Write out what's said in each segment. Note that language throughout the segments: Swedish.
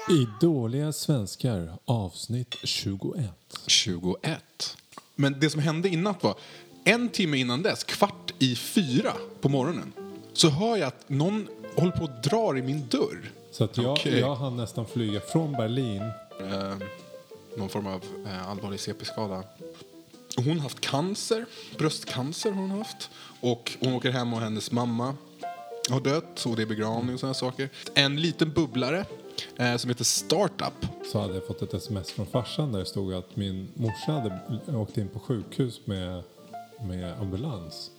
I dåliga svenskar, avsnitt 21. 21. Men det som hände innan var, en timme innan dess, 3:15 på morgonen, så hör jag att någon håller på att dra i min dörr. Så att jag hann nästan flyga från Berlin. Någon form av allvarlig CP-skada. Hon har haft cancer, bröstcancer har hon haft. Och hon åker hem och hennes mamma har dött, och det är begravning och sådana saker. En liten bubblare som heter Startup. Så hade jag fått ett sms från farsan där det stod att min morsa hade åkt in på sjukhus med ambulans.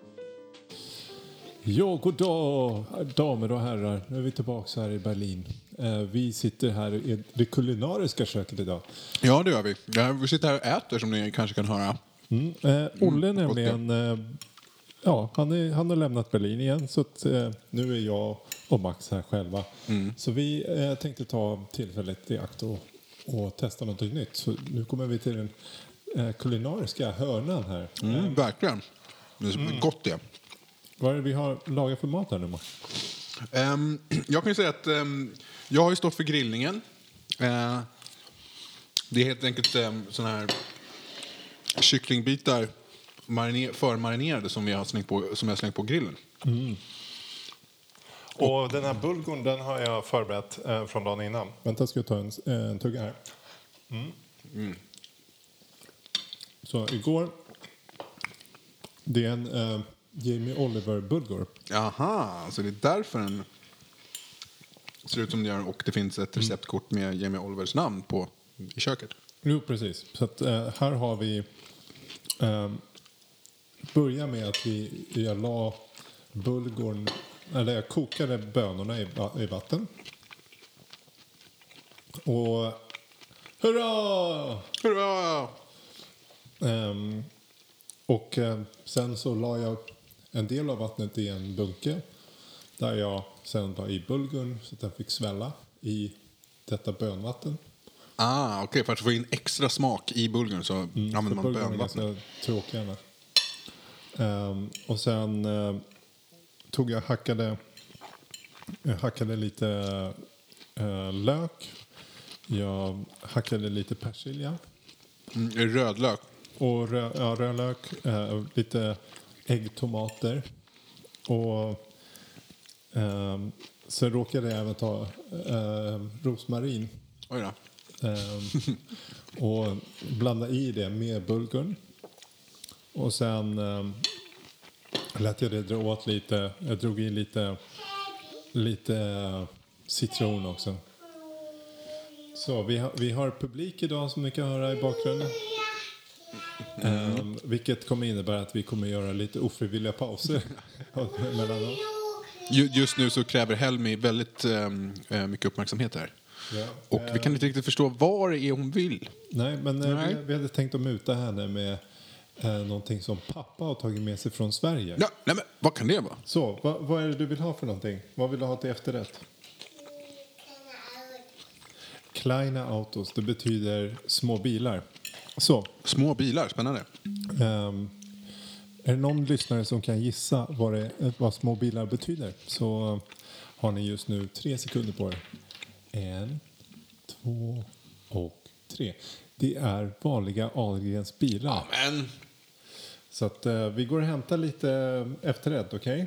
Ja, god dag, damer och herrar. Nu är vi tillbaka här i Berlin. Vi sitter här i det kulinariska köket idag. Ja, det gör vi. Vi sitter här och äter, som ni kanske kan höra. Olle nämligen, han har lämnat Berlin igen. Så att, nu är jag och Max här själva. Så vi tänkte ta tillfället i akt och testa något nytt. Så nu kommer vi till den kulinariska hörnan här. Verkligen. Det är gott det. Vad är det vi har lagat för mat här nu, Max? Jag kan ju säga att jag har ju stått för grillningen. Det är helt enkelt såna här kycklingbitar förmarinerade som jag har slängt på grillen. Och den här bulgurn, den har jag förberett från dagen innan. Vänta, ska jag ta en tugga här. Så igår, det är en Jamie Oliver bulgur. Jaha, så det är därför den ser ut som det gör, och det finns ett receptkort med Jamie Olivers namn i köket. Jo, precis. Så att, här har vi börja med att jag la bulgurn, eller jag kokade bönorna i vatten. Och hurra! Hurra! Och sen så la jag en del av vattnet i en bunke där jag sen la i bulgurn så att den fick svälla i detta bönvatten. Okej, för att få in extra smak i bulgurn så använder man bönvatten. Det är ganska tråkigt annars. Och sen tog jag hackade lite lök. Jag hackade lite persilja. Rödlök. Och rödlök, lite äggtomater. Och så råkade jag även ta rosmarin. Oj då. Och blanda i det med bulgurn. Och sen lät jag det dra åt lite. Jag drog i lite citron också. Så vi har publik idag som ni kan höra i bakgrunden. Vilket kommer innebära att vi kommer göra lite ofrivilliga pauser mellan. Just nu så kräver Helmi väldigt mycket uppmärksamhet här. Ja. Och vi kan inte riktigt förstå vad det är hon vill. Nej, men vi hade tänkt att muta henne med någonting som pappa har tagit med sig från Sverige. Ja, nej, men vad kan det vara? Så, vad är det du vill ha för någonting? Vad vill du ha till efterrätt? Kleine Autos, det betyder små bilar. Så. Små bilar, spännande. Är det någon lyssnare som kan gissa vad små bilar betyder, så har ni just nu 3 sekunder på er. 1, 2 och 3. Det är vanliga Ahlgrens bilar. Amen. Så att vi går och hämtar lite efterrätt, okej?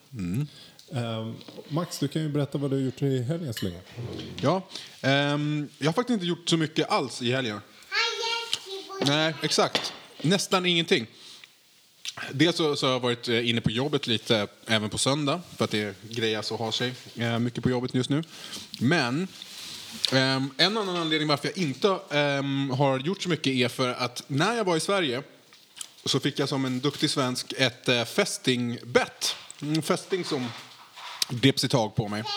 Max, du kan ju berätta vad du har gjort i helgen så länge. Ja, jag har faktiskt inte gjort så mycket alls i helgen. Nej, exakt. Nästan ingenting. Dels så har jag varit inne på jobbet lite även på söndag, för att det grejas och har sig mycket på jobbet just nu. Men en annan anledning varför jag inte har gjort så mycket är för att när jag var i Sverige så fick jag som en duktig svensk ett fästingbett. En fästing som greps i tag på mig.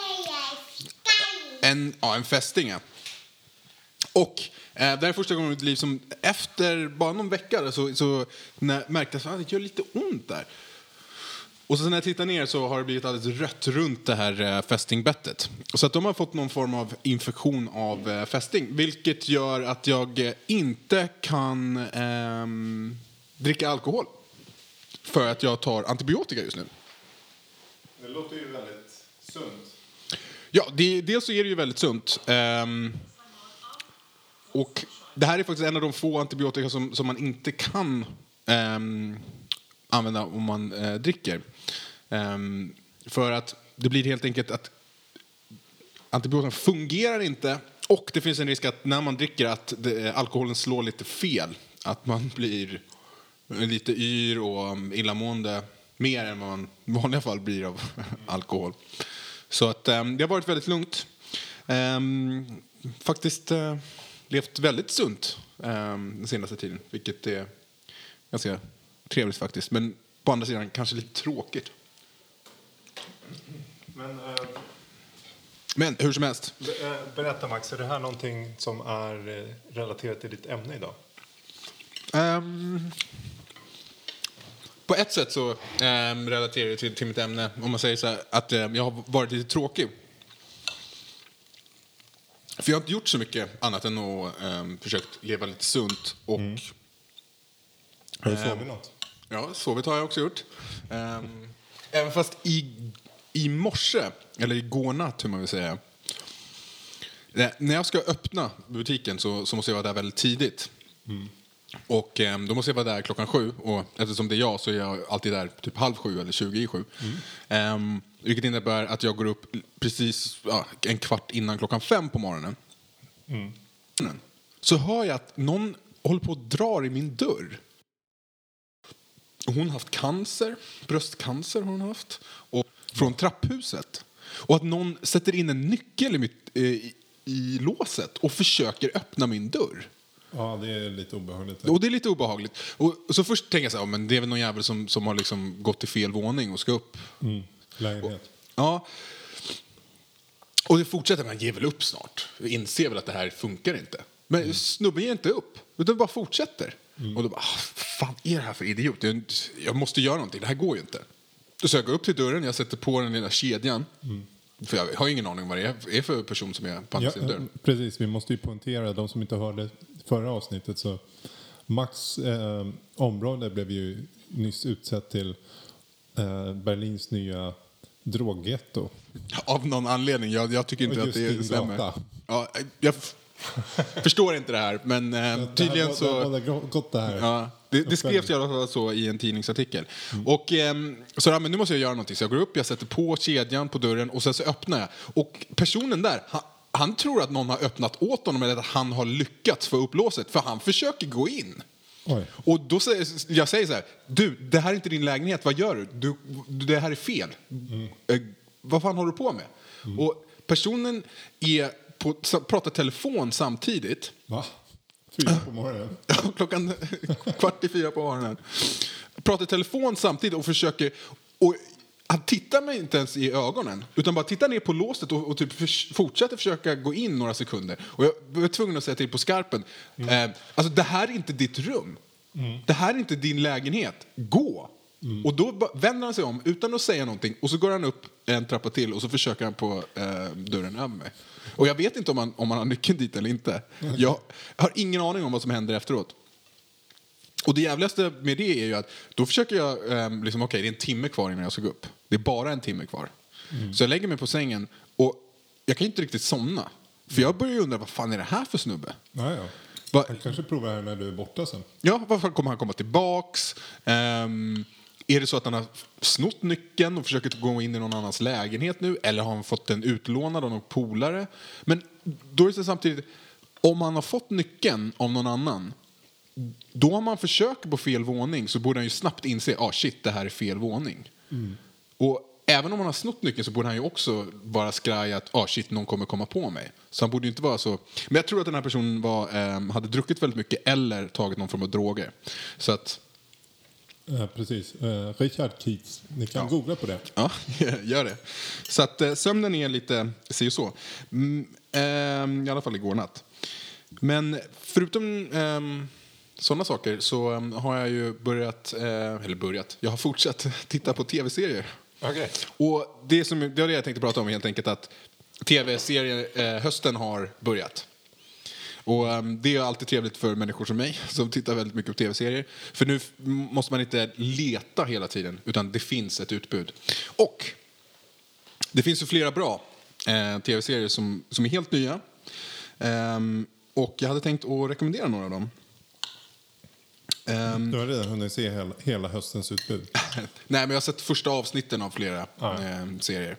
En fästing, ja. Och det här är första gången i mitt liv som efter bara någon vecka så märkte jag att det gör lite ont där. Och så när jag tittar ner så har det blivit alldeles rött runt det här fästingbettet. Så att de har fått någon form av infektion av fästing. Vilket gör att jag inte kan dricka alkohol. För att jag tar antibiotika just nu. Det låter ju väldigt sunt. Ja, dels så är det ju väldigt sunt. Och det här är faktiskt en av de få antibiotika som man inte kan använda om man dricker. För att det blir helt enkelt att antibiotika fungerar inte. Och det finns en risk att när man dricker att alkoholen slår lite fel. Att man blir lite yr och illamående mer än vad man i vanliga fall blir av alkohol. Så att det har varit väldigt lugnt. Faktiskt levt väldigt sunt den senaste tiden. Vilket är ganska trevligt faktiskt. Men på andra sidan kanske lite tråkigt. Men hur som helst. Berätta Max, är det här någonting som är relaterat till ditt ämne idag? På ett sätt så relaterar det till mitt ämne. Om man säger så här, att jag har varit lite tråkig. För jag har inte gjort så mycket annat än att försökt leva lite sunt. Och, Har du sovit något? Ja, sovit har jag också gjort. Även fast i morse, eller igår natt hur man vill säga. När jag ska öppna butiken så måste jag vara där väldigt tidigt. Och då måste jag vara där 7:00. Och eftersom det är jag så är jag alltid där typ 6:30 eller 7:20. Vilket innebär att jag går upp precis en kvart innan 5:00 på morgonen. Så hör jag att någon håller på att dra i min dörr. Hon har haft cancer, bröstcancer har hon haft. Och från trapphuset. Och att någon sätter in en nyckel i låset och försöker öppna min dörr. Ja, det är lite obehagligt. Och det är lite obehagligt. Och så först tänker jag så här, men det är väl någon jävel som har liksom gått till fel våning och ska upp. Lägenhet. Ja. Och det fortsätter, man ger väl upp snart. Vi inser väl att det här funkar inte. Men snubben ger inte upp, utan bara fortsätter. Och då bara, fan är det här för idiot? Jag måste göra någonting, det här går ju inte. Så jag går upp till dörren, jag sätter på den lilla kedjan. För jag har ingen aning vad det är för person som är på andra sidan dörren. Precis, vi måste ju poängtera, de som inte hörde förra avsnittet, så Max område blev ju nyss utsett till Berlins nya droggetto. Av någon anledning, jag tycker inte att det stämmer. Ja, jag förstår inte det här, men tydligen så... Det här. Ja, det skrevs i alla fall så i en tidningsartikel. Och så men nu måste jag göra någonting. Så jag går upp, jag sätter på kedjan på dörren och sen så öppnar jag. Och personen där, han tror att någon har öppnat åt honom eller att han har lyckats få upp låset. För han försöker gå in. Oj. Och då jag säger så här, du, det här är inte din lägenhet, vad gör du? Det här är fel. Vad fan håller du på med? Och personen pratar telefon samtidigt. Va? 4 på morgonen? Ja, 3:15 på morgonen. Pratar telefon samtidigt och försöker... Och han tittar mig inte ens i ögonen, utan bara tittar ner på låset och typ fortsätter försöka gå in några sekunder. Och jag var tvungen att säga till på skarpen. Alltså, det här är inte ditt rum. Det här är inte din lägenhet. Gå! Och då vänder han sig om utan att säga någonting. Och så går han upp en trappa till och så försöker han på dörren över mig. Och jag vet inte om han har nyckeln dit eller inte. Jag har ingen aning om vad som händer efteråt. Och det jävligaste med det är ju att då försöker jag okej, det är en timme kvar innan jag ska gå upp. Det är bara en timme kvar. Så jag lägger mig på sängen och jag kan inte riktigt somna. För jag börjar undra, vad fan är det här för snubbe? Ja. Han kanske provar här när du är borta sen. Ja, varför kommer han komma tillbaks? Är det så att han har snott nyckeln och försöker gå in i någon annans lägenhet nu? Eller har han fått den utlånad av någon polare? Men då är det samtidigt, om han har fått nyckeln av någon annan, då har man försöker på fel våning så borde han ju snabbt inse, shit, det här är fel våning. Och även om han har snott nyckeln så borde han ju också bara skraja att shit, någon kommer komma på mig. Så han borde ju inte vara så. Men jag tror att den här personen hade druckit väldigt mycket eller tagit någon form av droger. Så att... precis. Richard Keats. Ni kan googla på det. Ja, gör det. Så att sömnen är lite si och så. I alla fall igår natt. Men förutom sådana saker så har jag ju jag har fortsatt titta på tv-serier. Okay. Och det var det jag tänkte prata om helt enkelt, att tv-serier hösten har börjat. Och det är alltid trevligt för människor som mig som tittar väldigt mycket på tv-serier. För nu måste man inte leta hela tiden, utan det finns ett utbud. Och det finns ju flera bra. tv-serier som är helt nya. Och jag hade tänkt att rekommendera några av dem. Du har redan hunnit se hela höstens utbud. Nej, men jag har sett första avsnitten av flera serier.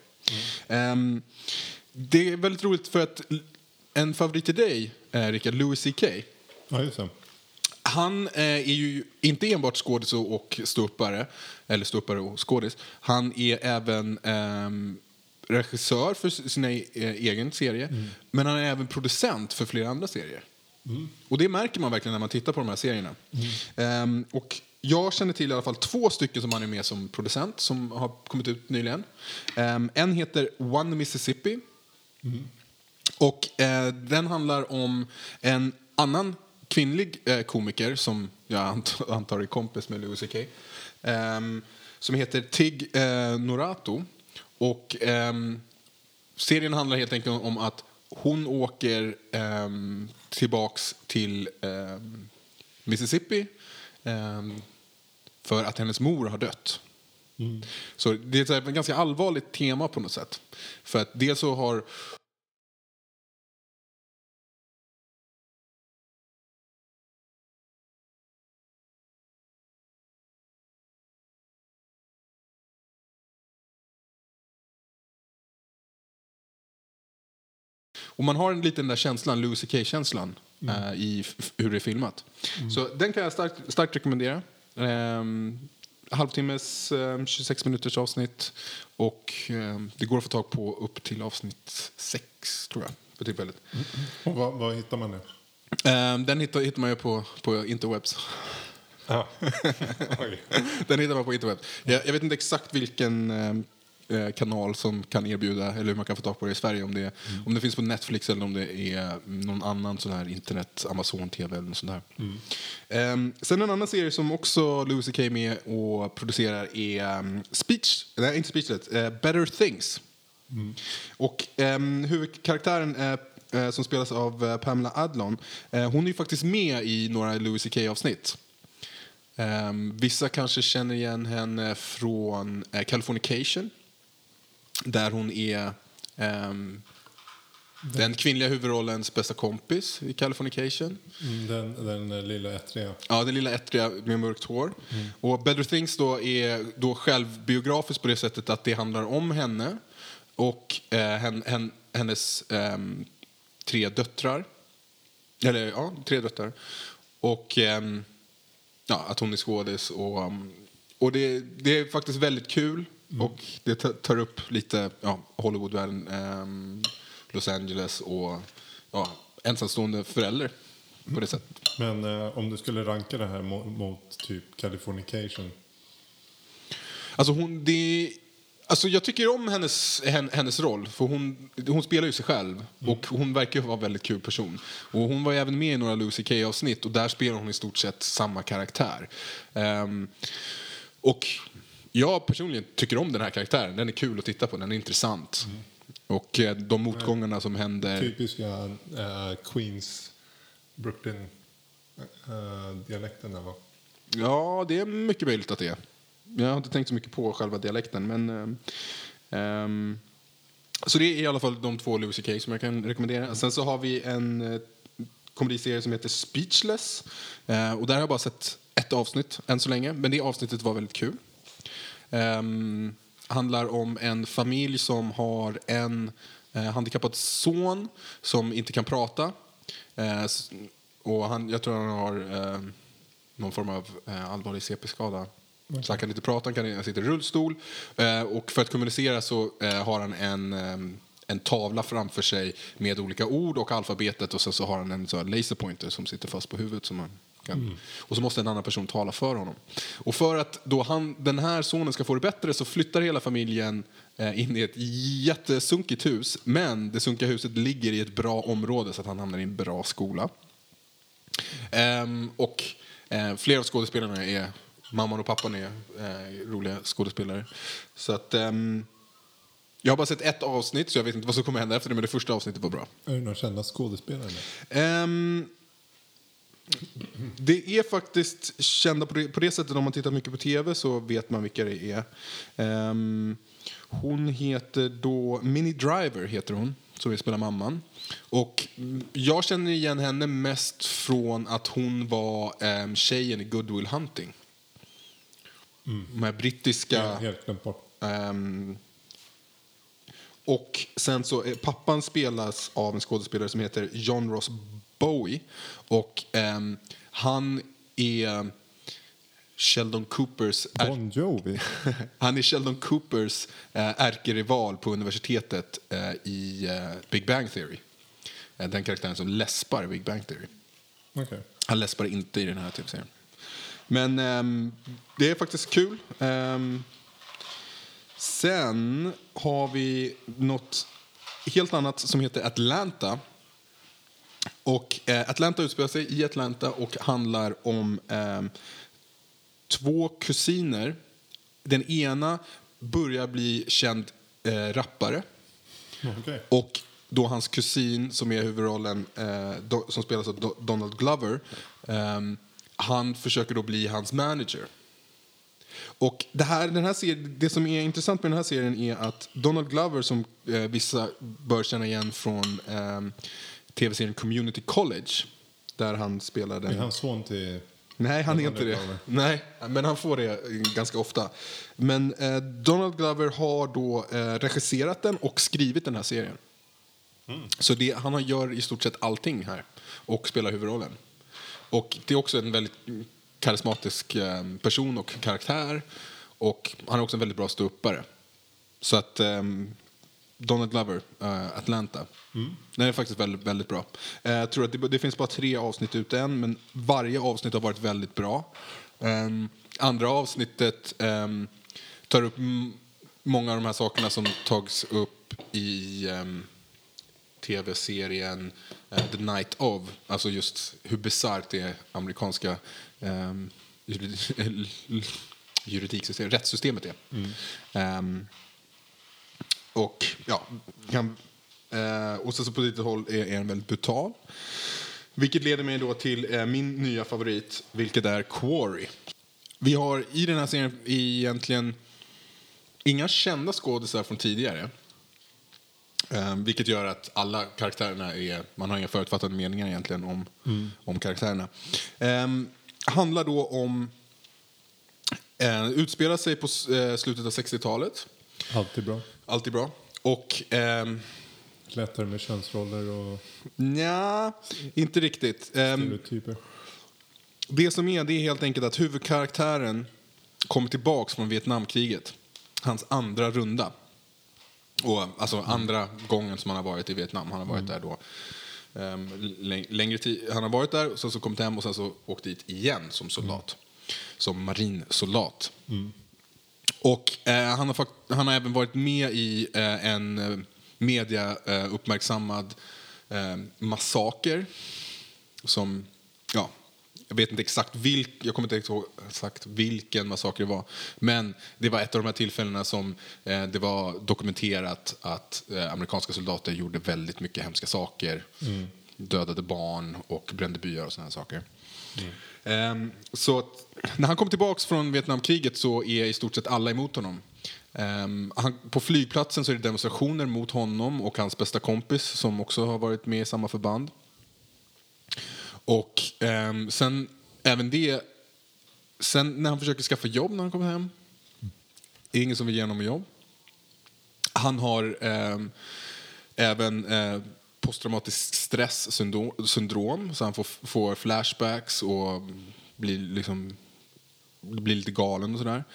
Det är väldigt roligt för att en favorit till dig, Rickard, Louis CK. Ja, just det. Han är ju inte enbart skådis och ståuppare, eller ståuppare och skådis. Han är även regissör för sin egen serie. Men han är även producent för flera andra serier. Och det märker man verkligen när man tittar på de här serierna. Och jag känner till i alla fall 2 stycken som han är med som producent som har kommit ut nyligen. En heter One Mississippi. Och den handlar om en annan kvinnlig komiker som jag antar är kompis med Louis CK. Som heter Tig Norato. Och serien handlar helt enkelt om att hon åker tillbaks till Mississippi för att hennes mor har dött. Så det är ett ganska allvarligt tema på något sätt. För att dels så har och man har en liten där känslan, Louis CK-känslan i hur det är filmat. Så den kan jag starkt rekommendera. Halvtimmes 26 minuters avsnitt. Och det går att få tag på upp till avsnitt 6, tror jag, på tillfället. Och vad hittar man nu? Den hittar man ju på interwebs. Ja. Den hittar man på interwebs. Jag vet inte exakt vilken kanal som kan erbjuda, eller hur man kan få tag på det i Sverige, om det finns på Netflix eller om det är någon annan sån här internet, Amazon TV eller något sånt där. Sen en annan serie som också Louis CK är med och producerar är Better Things. Och huvudkaraktären som spelas av Pamela Adlon, hon är ju faktiskt med i några Louis CK-avsnitt. Vissa kanske känner igen henne från Californication, där hon är den kvinnliga huvudrollens bästa kompis i Californication. Den lilla ättriga. Ja, den lilla ättriga med mörkt hår. Och Better Things då är då självbiografiskt på det sättet att det handlar om henne och hennes 3 döttrar. Eller ja, 3 döttrar. Och att hon är skådis. Och det är faktiskt väldigt kul. Och det tar upp lite Hollywoodvärlden, Los Angeles och ensamstående förälder på det sättet. Men om du skulle ranka det här mot typ Californication? Alltså jag tycker om hennes roll, för hon spelar ju sig själv och hon verkar ju vara en väldigt kul person. Och hon var ju även med i några Louis CK-avsnitt och där spelar hon i stort sett samma karaktär. Och jag personligen tycker om den här karaktären. Den är kul att titta på, den är intressant. Och de motgångarna som händer... Typiska Queens, Brooklyn dialekten där, va? Ja, det är mycket möjligt att det är. Jag har inte tänkt så mycket på själva dialekten, men... så det är i alla fall de 2 Louis CK som jag kan rekommendera. Sen så har vi en komediserie som heter Speechless. Och där har jag bara sett 1 avsnitt än så länge, men det avsnittet var väldigt kul. Handlar om en familj som har en handikappad son som inte kan prata. Och jag tror han har någon form av allvarlig CP-skada. Så han kan inte prata, han sitter i rullstol. Och för att kommunicera så har han en tavla framför sig med olika ord och alfabetet. Och sen så har han en så här laserpointer som sitter fast på huvudet som man kan. Och så måste en annan person tala för honom. Och för att då den här sonen ska få det bättre så flyttar hela familjen in i ett jättesunkigt hus. Men det sunkiga huset ligger i ett bra område så att han hamnar i en bra skola. Och flera av skådespelarna är... Mamman och pappan är roliga skådespelare. Så att... jag har bara sett 1 avsnitt så jag vet inte vad som kommer hända efter det, men det första avsnittet var bra. Är det några kända skådespelare? Det är faktiskt kända på det sättet. Om man tittar mycket på tv så vet man vilka det är. Hon heter då Minnie Driver, heter hon, som vi spelar mamman. Och jag känner igen henne mest från att hon var tjejen i Good Will Hunting. De här brittiska... Helt glömt bort. Och sen så pappan spelas av en skådespelare som heter John Ross Bowie. Och han är Sheldon Coopers... Bon Jovi. Han är Sheldon Coopers ärkerival på universitetet i Big Bang Theory. Den karaktären som läspar i Big Bang Theory. Okay. Han läspar inte i den här serien. Men det är faktiskt kul. Sen har vi något helt annat som heter Atlanta. Och Atlanta utspelar sig i Atlanta och handlar om 2 kusiner. Den ena börjar bli känd rappare. Okay. Och då hans kusin som är huvudrollen, som spelas av Donald Glover, han försöker då bli hans manager. Och det som är intressant med den här serien är att Donald Glover, som vissa bör känna igen från tv-serien Community College, där han spelade... Är han son till... Nej, han är inte det. Nej, men han får det ganska ofta. Men Donald Glover har då regisserat den och skrivit den här serien. Så han gör i stort sett allting här och spelar huvudrollen. Och det är också en väldigt karismatisk person och karaktär. Och han är också en väldigt bra ståuppare. Så att Donald Glover, Atlanta. Den är faktiskt väldigt, väldigt bra. Jag tror att det finns bara 3 avsnitt ute än, men varje avsnitt har varit väldigt bra. Andra avsnittet tar upp många av de här sakerna som tags upp i tv-serien The Night of. Alltså just hur bisarrt det amerikanska rättssystemet är. Och ja, och så på lite håll är den väldigt brutal. Vilket leder mig då till min nya favorit, vilket är Quarry. Vi har i den här serien egentligen inga kända skådespelare från tidigare. Vilket gör att alla karaktärerna man har inga förutfattade meningar egentligen om karaktärerna. Handlar då om utspelar sig på slutet av 60-talet. Alltid bra. Och lättare med könsroller och... Nja, inte riktigt. Stereotyper. Det som är helt enkelt att huvudkaraktären kommer tillbaks från Vietnamkriget. Hans andra runda. Och alltså andra gången som han har varit i Vietnam. Han har varit där då längre tid. Han har varit där och sen så kommit hem och sen så åkt dit igen som soldat. Som marinsoldat. Och han har även varit med i en media uppmärksammad massaker som, ja, jag vet inte exakt jag kommer inte ihåg exakt vilken massaker det var, men det var ett av de här tillfällena som det var dokumenterat att amerikanska soldater gjorde väldigt mycket hemska saker, dödade barn och brände byar och såna här saker. Så att, när han kom tillbaks från Vietnamkriget så är i stort sett alla emot honom. På flygplatsen så är det demonstrationer mot honom och hans bästa kompis som också har varit med i samma förband. Och sen när han försöker skaffa jobb när han kommer hem, är ingen som vill ge honom jobb. Han har även posttraumatisk stresssyndrom, så han får flashbacks och blir lite galen och sådär.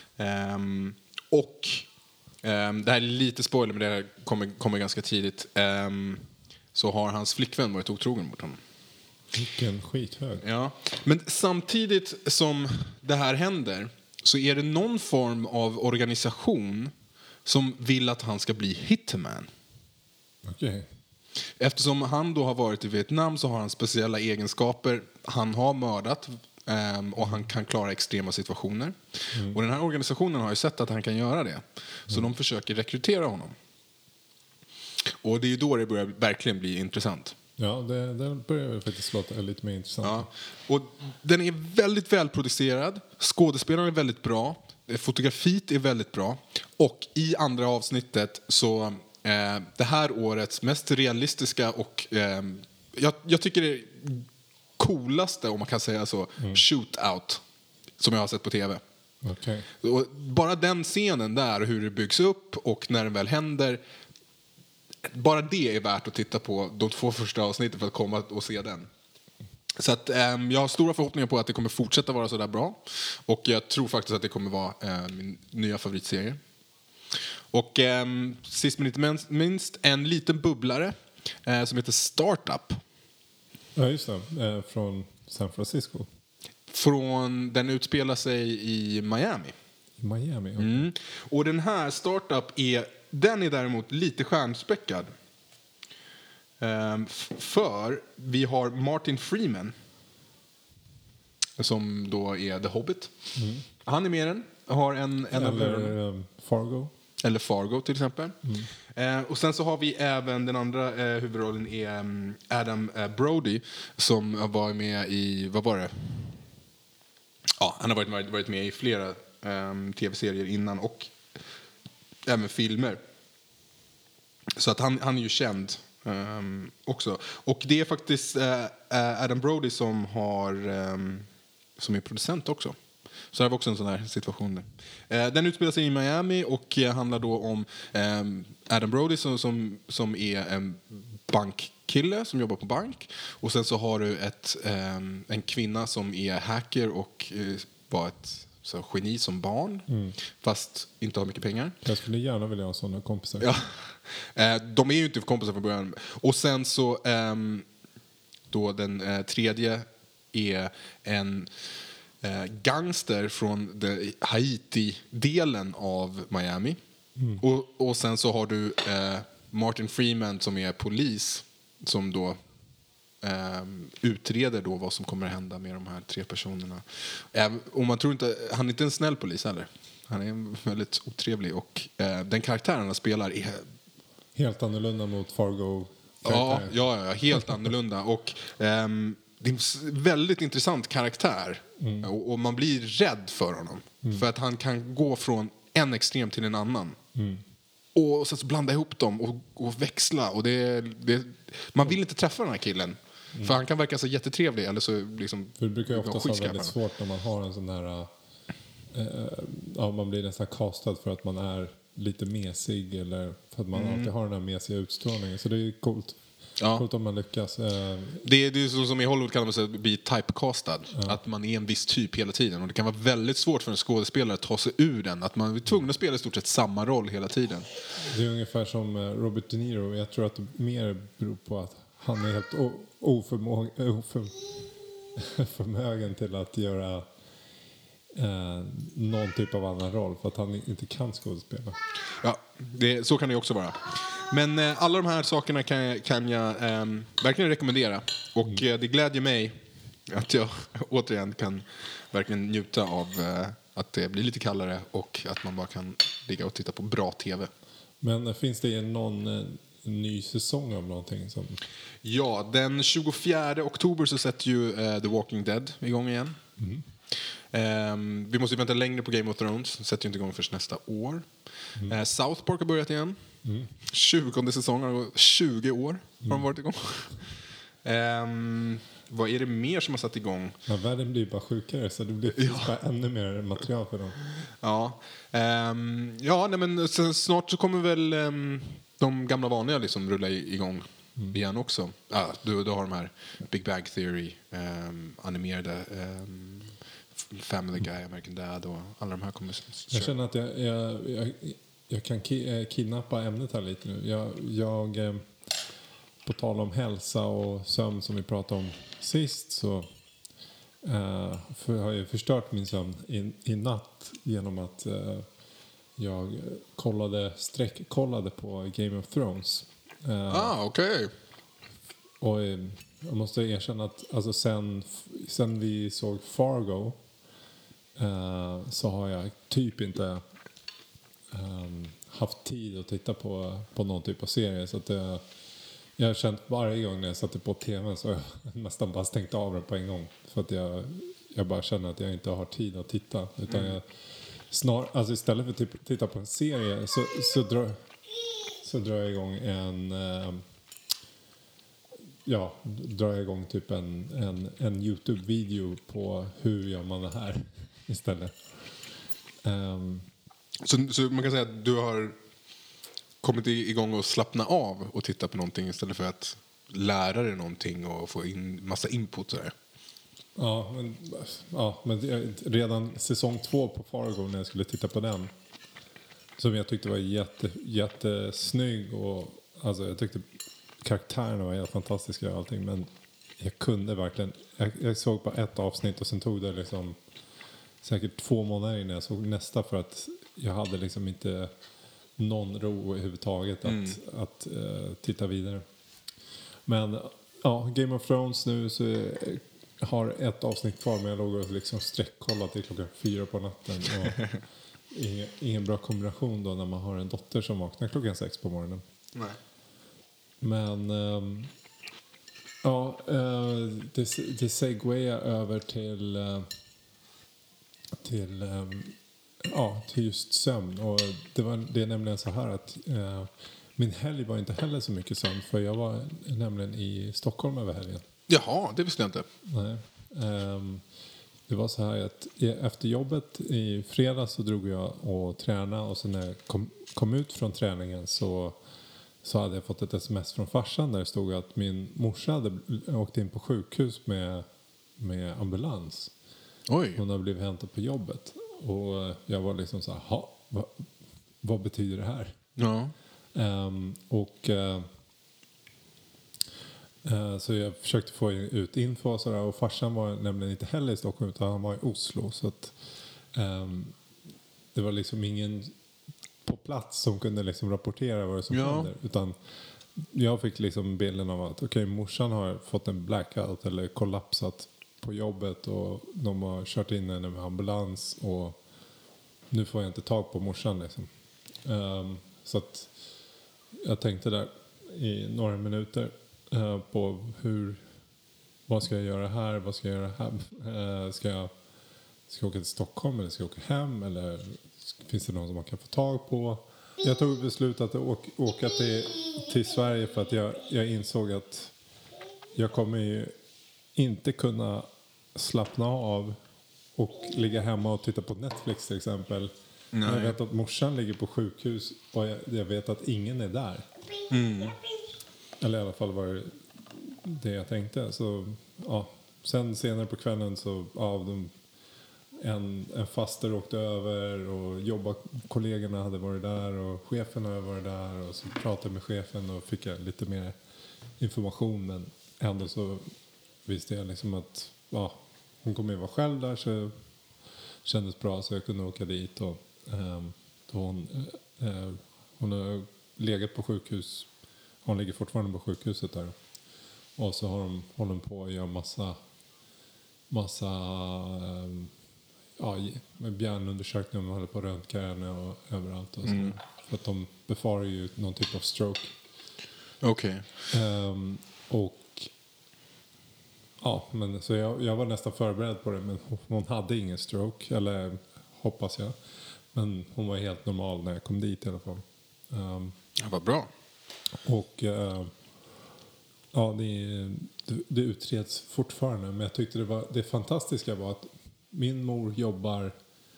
Och det här är lite spoiler, men det här kommer ganska tidigt. Så har hans flickvän varit otrogen mot honom. Vilken skithög. Ja. Men samtidigt som det här händer så är det någon form av organisation som vill att han ska bli hitman. Okej. Eftersom han då har varit i Vietnam så har han speciella egenskaper. Han har mördat och han kan klara extrema situationer. Och den här organisationen har ju sett att han kan göra det. Så de försöker rekrytera honom. Och det är ju då det börjar verkligen bli intressant. Ja, det börjar faktiskt låta lite mer intressant. Ja. Och den är väldigt välproducerad. Skådespelaren är väldigt bra. Fotografiet är väldigt bra. Och i andra avsnittet så det här årets mest realistiska och jag tycker det coolaste, om man kan säga så, shootout som jag har sett på tv. Okay. Och bara den scenen där, hur det byggs upp och när den väl händer, bara det är värt att titta på de 2 första avsnitten för att komma och se den. Så att, jag har stora förhoppningar på att det kommer fortsätta vara så där bra. Och jag tror faktiskt att det kommer vara min nya favoritserie. Och sist men inte minst en liten bubblare som heter Startup. Ja, just det. Från San Francisco. Den utspelar sig i Miami. Miami, okay. Och den här Startup den är däremot lite stjärnspäckad. För vi har Martin Freeman som då är The Hobbit. Han är med den. Har Eller Fargo. Eller Fargo till exempel. Och sen så har vi även den andra huvudrollen är Adam Brody som var med i, vad var det? Ja, han har varit med i flera tv-serier innan och även filmer. Så att han är ju känd också. Och det är faktiskt Adam Brody som är producent också. Så det har vi också en sån här situation där. Den utspelar sig i Miami och handlar då om Adam Brody som är en bankkille som jobbar på bank. Och sen så har du en kvinna som är hacker och var ett geni som barn. Fast inte har mycket pengar. Jag skulle gärna vilja ha sådana kompisar. Ja. De är ju inte kompisar från början. Och sen så då den tredje är en gangster från Haiti-delen av Miami. Och sen så har du Martin Freeman som är polis som då utreder då vad som kommer att hända med de här 3 personerna. Och man tror inte, han är inte en snäll polis heller. Han är väldigt otrevlig och den karaktären han spelar är helt annorlunda mot Fargo. Ja, helt annorlunda. Och det är en väldigt intressant karaktär. Och man blir rädd för honom. För att han kan gå från en extrem till en annan. Och så blanda ihop dem och växla. Och man vill inte träffa den här killen. För han kan verka så jättetrevlig. Eller så liksom, för det brukar ju ofta vara väldigt svårt när man har en sån här... man blir nästan castad för att man är lite mesig. Eller för att man alltid har den här mesiga utstrålningen. Så det är coolt. Ja. Coolt om man lyckas. Det är så som i Hollywood kan man säga bli typecastad. Att man är en viss typ hela tiden. Och det kan vara väldigt svårt för en skådespelare att ta sig ur den. Att man är tvungen att spela i stort sett samma roll hela tiden. Det är ungefär som Robert De Niro. Jag tror att det mer beror på att han är helt oförmögen till att göra någon typ av annan roll. För att han inte kan skådespela. Ja, så kan det också vara. Men alla de här sakerna kan jag verkligen rekommendera. Och det glädjer mig att jag återigen kan verkligen njuta av att det blir lite kallare och att man bara kan ligga och titta på bra tv. Men finns det någon ny säsong av någonting som... Ja, den 24 oktober så sätter ju The Walking Dead igång igen. Vi måste vänta längre på Game of Thrones. Sätter ju inte igång först nästa år. South Park har börjat igen. 20:e säsongen, 20 år har de varit igång. Vad är det mer som har satt igång? Ja, världen blir bara sjukare så det blir bara ännu mer material för dem. Ja, men snart så kommer väl de gamla vanliga liksom rulla igång igen också. Du har de här Big Bang Theory, animerade Family Guy, American Dad och alla de här kommer. Jag känner att jag kan kidnappa ämnet här lite nu. Jag på tal om hälsa och sömn som vi pratade om sist så har jag förstört min sömn i natt genom att jag kollade på Game of Thrones. Okej. Och jag måste erkänna att alltså sen vi såg Fargo så har jag typ inte haft tid att titta på någon typ av serie. Så att Jag har känt varje gång när jag satte på tvn så har jag nästan bara stängt av den på en gång. För att jag bara känner att jag inte har tid att titta. Utan jag alltså istället för att titta på en serie så drar jag igång drar jag igång typ en YouTube-video på hur gör man det här istället. Så man kan säga att du har kommit igång och slappna av och titta på någonting istället för att lära dig någonting och få in massa input sådär. Men redan säsong 2 på Fargo när jag skulle titta på den, som jag tyckte var jättesnygg, och alltså jag tyckte karaktärerna var helt fantastiska och allting, men jag kunde verkligen, jag såg på ett avsnitt och sen tog det liksom säkert 2 månader innan jag såg nästa, för att jag hade liksom inte någon ro överhuvudtaget att titta vidare. Men ja, Game of Thrones nu så har ett avsnitt kvar, men jag låg och liksom sträckkollat till 4 på natten. Och ingen bra kombination då när man har en dotter som vaknar 6 på morgonen. Nej. Men det segwayar över till just sömn. Och det är nämligen så här att min helg var inte heller så mycket sömn, för jag var nämligen i Stockholm över helgen. Jaha, det visste jag inte. Nej. Det var så här att efter jobbet i fredags så drog jag och tränade, och sen när jag kom ut från träningen så hade jag fått ett sms från farsan där det stod att min morsa hade åkt in på sjukhus med ambulans. Oj. Hon har blivit hämtad på jobbet. Och jag var liksom så här, vad betyder det här? Ja. Så jag försökte få ut info och sådär. Och farsan var nämligen inte heller i Stockholm, utan han var i Oslo. Så att det var liksom ingen på plats som kunde liksom rapportera vad det som händer. Utan jag fick liksom bilden av att morsan har fått en blackout eller kollapsat på jobbet, och de har kört in henne med ambulans, och nu får jag inte tag på morsan liksom. Så att jag tänkte där i några minuter på vad ska jag göra här, vad ska jag göra här, ska jag åka till Stockholm eller ska jag åka hem, eller finns det någon som man kan få tag på? Jag tog beslutet att åka till Sverige, för att jag insåg att jag kommer ju inte kunna slappna av och ligga hemma och titta på Netflix till exempel. Nej. Jag vet att morsan ligger på sjukhus och jag vet att ingen är där. Eller i alla fall var det jag tänkte. Så, ja. Sen senare på kvällen så en faster åkte över, och jobbarkollegorna hade varit där och chefen hade varit där, och så pratade jag med chefen och fick jag lite mer information, men ändå så visste jag liksom att hon kommer ju vara själv där, så det kändes bra, så jag kunde åka dit, och hon har legat på sjukhus, hon ligger fortfarande på sjukhuset där, och så har de på att göra massa med bjärnundersökningar, de håller på att röntga henne och överallt, och så, för att de befarar ju någon typ av stroke. Okej. Men så jag var nästan förberedd på det, men hon hade ingen stroke, eller hoppas jag. Men hon var helt normal när jag kom dit i alla fall. Ja, vad bra. Och det utreds fortfarande, men jag tyckte det fantastiska var att min mor jobbar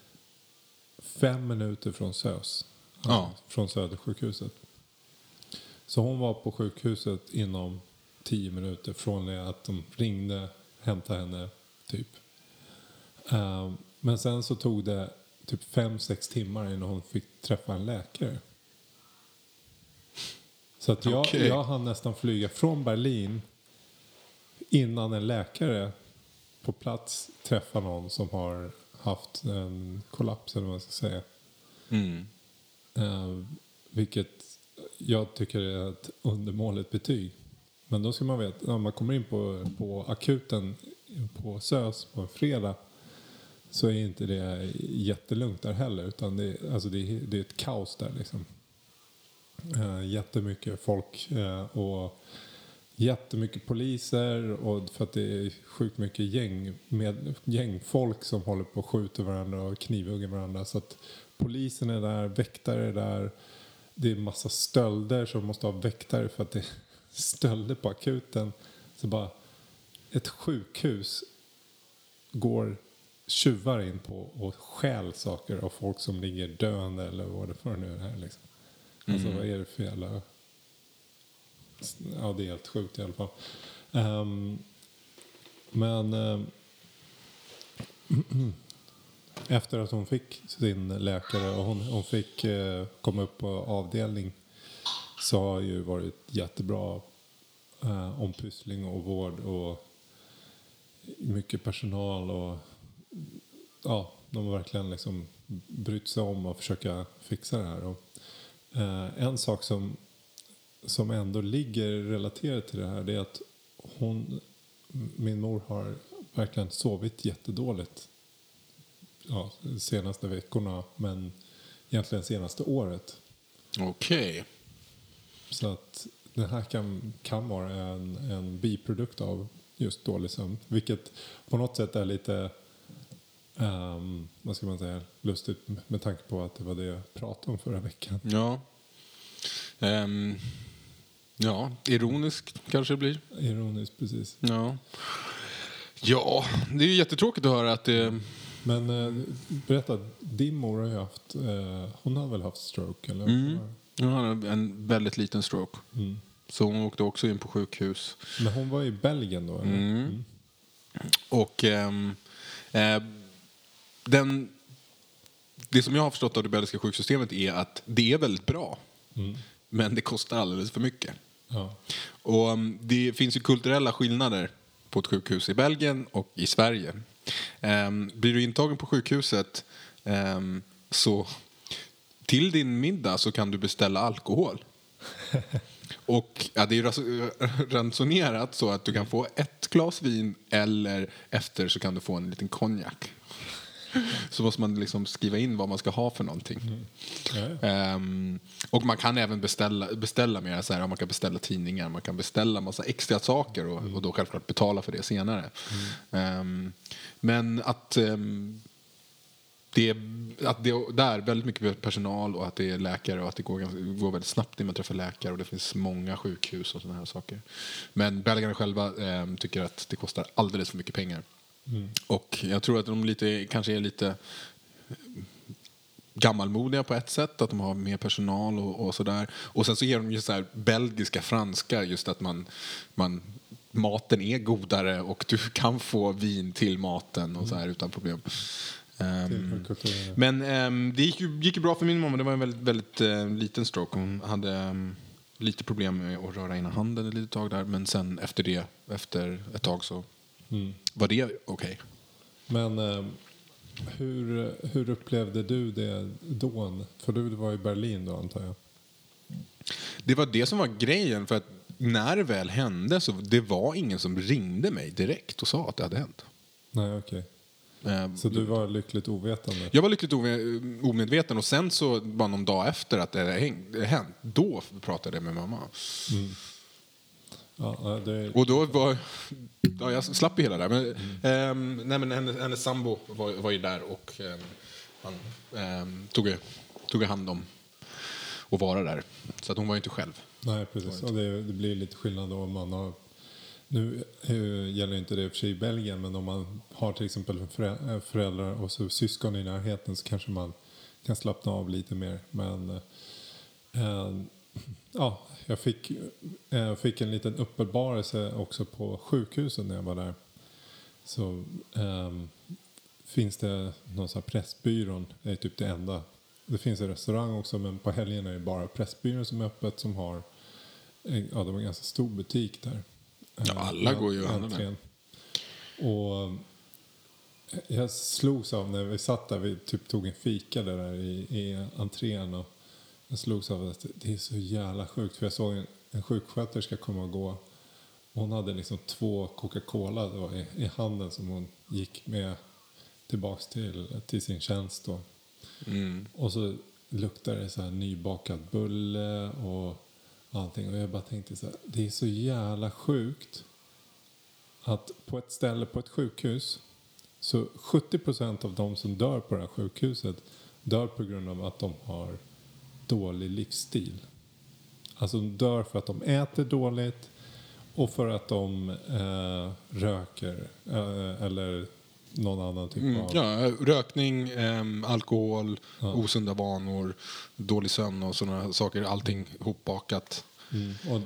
5 minuter från SÖS. Från Södersjukhuset. Så hon var på sjukhuset inom 10 minuter från det att de ringde, hämtade henne typ. Men sen så tog det typ 5-6 timmar innan hon fick träffa en läkare. Så att jag hann nästan flyga från Berlin innan en läkare på plats träffar någon som har haft en kollaps, eller vad man ska säga. Vilket jag tycker är ett undermåligt betyg. Men då ska man veta, när man kommer in på akuten på SÖS på en fredag, så är inte det jättelugnt där heller, utan det är ett kaos där liksom. Jättemycket folk, och jättemycket poliser och för att det är sjukt mycket gängfolk som håller på och skjuter varandra och knivhugger varandra. Så att polisen är där, väktare är där. Det är en massa stölder som måste ha väktare för att det är stölder på akuten. Så bara ett sjukhus går tjuvar in på och stjäl saker av folk som ligger döende eller vad det för nu är här liksom. Alltså vad är det för jävla... Ja, det är helt sjukt i alla fall. Men efter att hon fick sin läkare och hon fick komma upp på avdelning så har ju varit jättebra ompyssling och vård och mycket personal och ja, de har verkligen liksom brytt sig om att försöka fixa det här. Och, en sak som ändå ligger relaterat till det här, det är att min mor har verkligen sovit jättedåligt de senaste veckorna, men egentligen senaste året. Okej. Så att det här kan vara en biprodukt av just dålig sömn, vilket på något sätt är lite vad ska man säga, lustigt med tanke på att det var det jag pratade om förra veckan. Ja. Ja, ironiskt kanske det blir. Ironiskt, precis. Ja. Ja, det är ju jättetråkigt att höra att det... Men berätta, din mor har ju haft... hon har väl haft stroke, eller? Hon hade en väldigt liten stroke. Så hon åkte också in på sjukhus. Men hon var i Belgien då, eller? Och det som jag har förstått av det belgiska sjuksystemet är att det är väldigt bra. Men det kostar alldeles för mycket. Ja. Och det finns ju kulturella skillnader på ett sjukhus i Belgien och i Sverige. Blir du intagen på sjukhuset så till din middag så kan du beställa alkohol. Och ja, det är ransonerat så att du kan få ett glas vin eller efter så kan du få en liten konjak. Så måste man liksom skriva in vad man ska ha för någonting. Och man kan även beställa mer så här, man kan beställa tidningar, man kan beställa massa extra saker och då självklart betala för det senare. Men att det är väldigt mycket personal och att det är läkare och att det går väldigt snabbt när man träffar läkare och det finns många sjukhus och sådana här saker. Men belgarna själva tycker att det kostar alldeles för mycket pengar. Och jag tror att de kanske är lite gammalmodiga på ett sätt, att de har mer personal och sådär. Och sen så ger de ju så här belgiska franska, just att maten är godare och du kan få vin till maten och så här utan problem. Men det gick ju bra för min mamma. Det var en väldigt, väldigt liten stroke. Hon hade lite problem med att röra in handen ett litet tag där, men sen efter ett tag så var det okej. Men hur upplevde du det då? För du var i Berlin då, antar jag. Det var det som var grejen, för att när det väl hände så det var ingen som ringde mig direkt och sa att det hade hänt. Nej, okej. Så du var lyckligt ovetande? Jag var lyckligt omedveten och sen så bara någon dag efter att det hade hänt, då pratade jag med mamma. Ja, och då var jag slapp i hela där. Men hennes sambo var ju där och han tog hand om och vara där. Så att hon var ju inte själv. Nej, precis. Och det blir lite skillnad då om man har... Nu gäller inte det för sig i Belgien, men om man har till exempel föräldrar och så syskon i närheten så kanske man kan slappna av lite mer. Men ja, jag fick en liten uppenbarelse också på sjukhuset när jag var där. Så finns det någon sån här Pressbyrån, det är typ det enda. Det finns en restaurang också, men på helgen är det bara Pressbyrån som är öppet, som har de har en ganska stor butik där. Ja, alla går ju andra med. Och jag slogs av när vi satt där, vi typ tog en fika där i entrén, och jag slogs av att det är så jävla sjukt, för jag såg en sjuksköterska komma och gå. Hon hade liksom 2 Coca-Cola då i handen som hon gick med tillbaks till sin tjänst då. Och så luktade det så här nybakad bulle och allting. Och jag bara tänkte så här, det är så jävla sjukt att på ett ställe, på ett sjukhus, så 70% av de som dör på det här sjukhuset dör på grund av att de har dålig livsstil. Alltså de dör för att de äter dåligt och för att de röker eller någon annan typ av... Ja, rökning, alkohol, osunda vanor, dålig sömn och sådana saker. Allting hopbakat. Och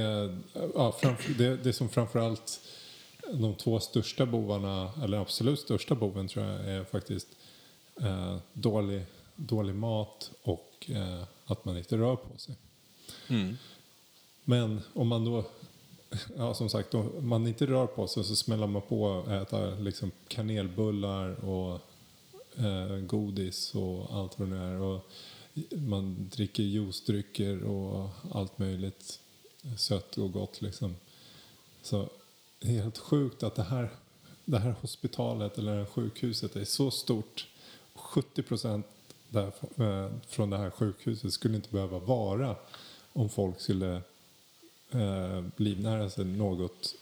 det som framförallt de två största bovarna, eller absolut största boven tror jag, är faktiskt dålig mat och att man inte rör på sig. Men om man då, som sagt, om man inte rör på sig så smäller man på och äter liksom kanelbullar och godis och allt vad det är. Och man dricker juicedrycker och allt möjligt sött och gott liksom. Så det är helt sjukt att det här hospitalet eller det här sjukhuset är så stort. 70% från det här sjukhuset skulle inte behöva vara om folk skulle livnära sig något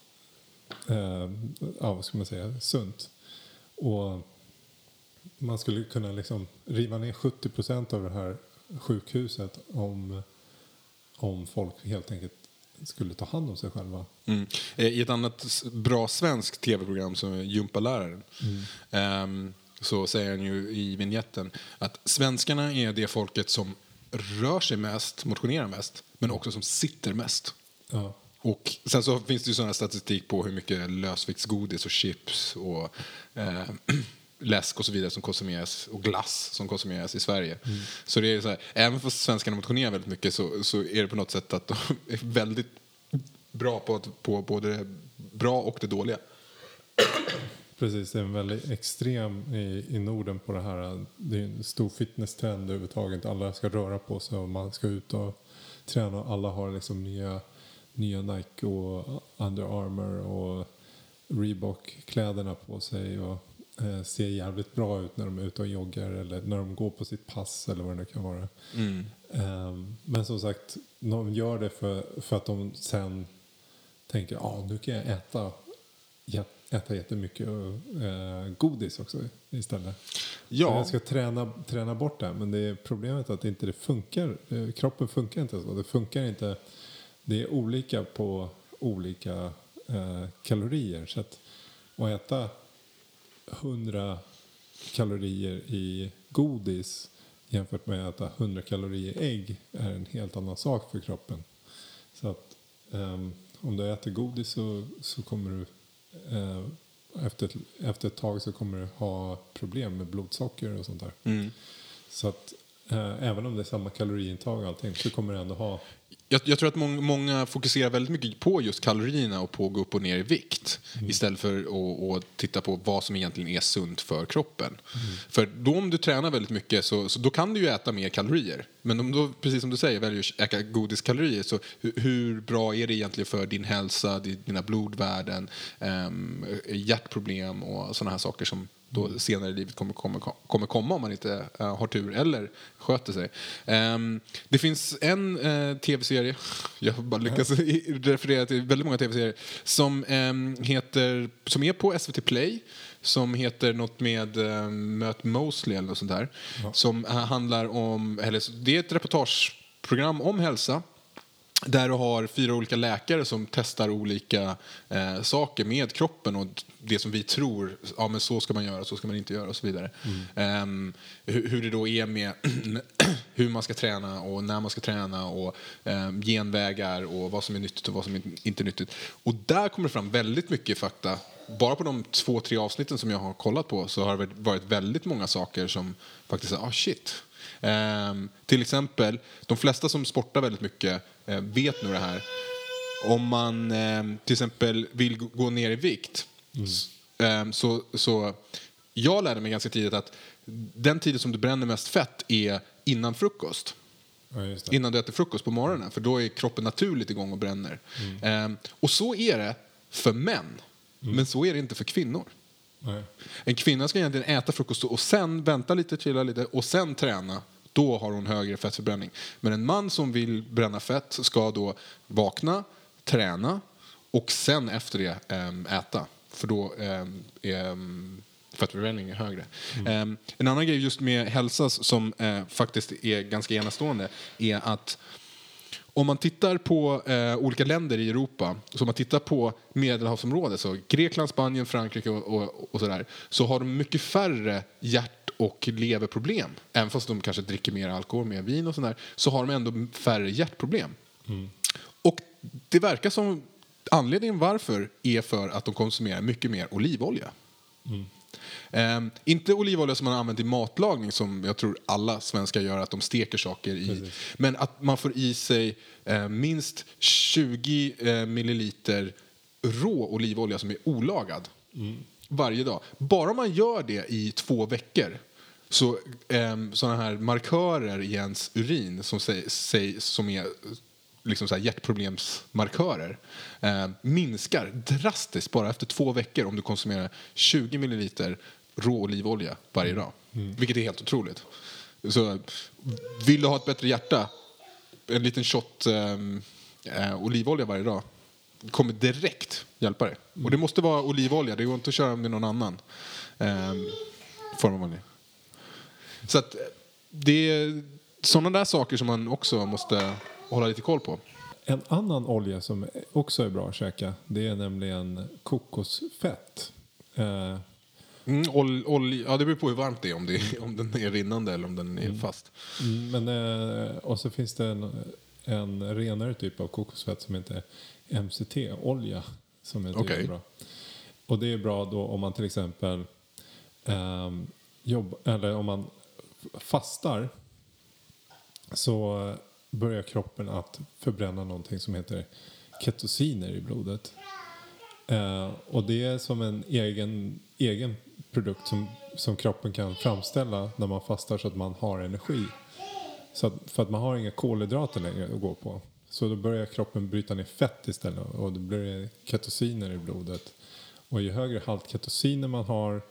vad ska man säga, sunt. Och man skulle kunna liksom riva ner 70% av det här sjukhuset om folk helt enkelt skulle ta hand om sig själva. I ett annat bra svensk tv-program som är Gympaläraren så säger han ju i vignetten att svenskarna är det folket som rör sig mest, motionerar mest, men också som sitter mest. Ja. Och sen så finns det ju sådana statistik på hur mycket lösviktsgodis och chips och läsk och så vidare som konsumeras och glass som konsumeras i Sverige. Så det är så här, även för svenskarna motionerar väldigt mycket så är det på något sätt att de är väldigt bra på både det bra och det dåliga. Precis, det är en väldigt extrem i Norden på det här. Det är en stor fitnesstrend överhuvudtaget. Alla ska röra på sig och man ska ut och träna. Alla har liksom nya Nike och Under Armour och Reebok-kläderna på sig och ser jävligt bra ut när de är ute och joggar eller när de går på sitt pass eller vad det kan vara. Men som sagt, de gör det för att de sen tänker nu kan jag äta jättemycket godis också istället. Ja. Så jag ska träna bort det. Men det är problemet att inte det funkar. Kroppen funkar inte så. Det funkar inte. Det är olika på olika kalorier. Så att äta 100 kalorier i godis jämfört med att äta 100 kalorier ägg är en helt annan sak för kroppen. Så att om du äter godis så kommer du efter ett tag så kommer du ha problem med blodsocker och sånt där. Så att även om det är samma kaloriintag och allting så kommer du ändå ha... Jag tror att många fokuserar väldigt mycket på just kalorierna och på att gå upp och ner i vikt istället för att titta på vad som egentligen är sunt för kroppen. För då om du tränar väldigt mycket så då kan du ju äta mer kalorier. Men om du, precis som du säger, väljer att äta godiskalorier så hur bra är det egentligen för din hälsa, dina blodvärden, hjärtproblem och sådana här saker som då senare i livet kommer komma om man inte har tur eller sköter sig. Det finns en tv-serie, jag har bara lyckats referera till väldigt många tv-serier som är på SVT Play, som heter något med Möt Mosley eller något sånt där. Som handlar om, det är ett reportageprogram om hälsa. Där du har 4 olika läkare som testar olika saker med kroppen och det som vi tror, men så ska man göra, så ska man inte göra och så vidare. Hur det då är med hur man ska träna och när man ska träna och genvägar och vad som är nyttigt och vad som inte är nyttigt. Och där kommer det fram väldigt mycket fakta. Bara på de 2-3 avsnitten som jag har kollat på så har det varit väldigt många saker som faktiskt är shit. Till exempel, de flesta som sportar väldigt mycket vet nu det här. Om man till exempel vill gå ner i vikt så jag lärde mig ganska tidigt att den tiden som du bränner mest fett är innan frukost. Innan du äter frukost på morgonen, för då är kroppen naturligt igång och bränner. Och så är det för män, men så är det inte för kvinnor. En kvinna ska egentligen äta frukost och sen vänta lite, chilla lite och sen träna Då har hon högre fettförbränning. Men en man som vill bränna fett ska då vakna, träna och sen efter det äta. För då är fettförbränningen högre. En annan grej just med hälsa som faktiskt är ganska enastående är att om man tittar på olika länder i Europa, så om man tittar på Medelhavsområdet, så Grekland, Spanien, Frankrike och sådär, så har de mycket färre hjärt- och leverproblem. Även fast de kanske dricker mer alkohol, mer vin och sådär, så har de ändå färre hjärtproblem. Och det verkar som anledningen varför är för att de konsumerar mycket mer olivolja. Inte olivolja som man har använt i matlagning, som jag tror alla svenskar gör, att de steker saker i. Precis. Men att man får i sig minst 20 milliliter rå olivolja som är olagad varje dag. Bara man gör det i 2 veckor, så sådana här markörer i ens urin som är liksom så här hjärtproblemsmarkörer minskar drastiskt bara efter 2 veckor om du konsumerar 20 milliliter rå olivolja varje dag. Vilket är helt otroligt. Så vill du ha ett bättre hjärta, en liten shot olivolja varje dag kommer direkt hjälpa dig. Och det måste vara olivolja, det går inte att köra med någon annan form av olja. Så att det är sådana där saker som man också måste hålla lite koll på. En annan olja som också är bra att käka, det är nämligen kokosfett. Ja, det beror på hur varmt det är, om den är rinnande eller om den är fast. Och så finns det en renare typ av kokosfett som heter MCT-olja som är bra. Och det är bra då om man till exempel eller om man fastar, så börjar kroppen att förbränna någonting som heter ketosiner i blodet. Och det är som en egen produkt som kroppen kan framställa när man fastar, så att man har energi. För att man har inga kolhydrater längre att gå på. Så då börjar kroppen bryta ner fett istället, och då blir det ketosiner i blodet. Och ju högre halt ketosiner man har,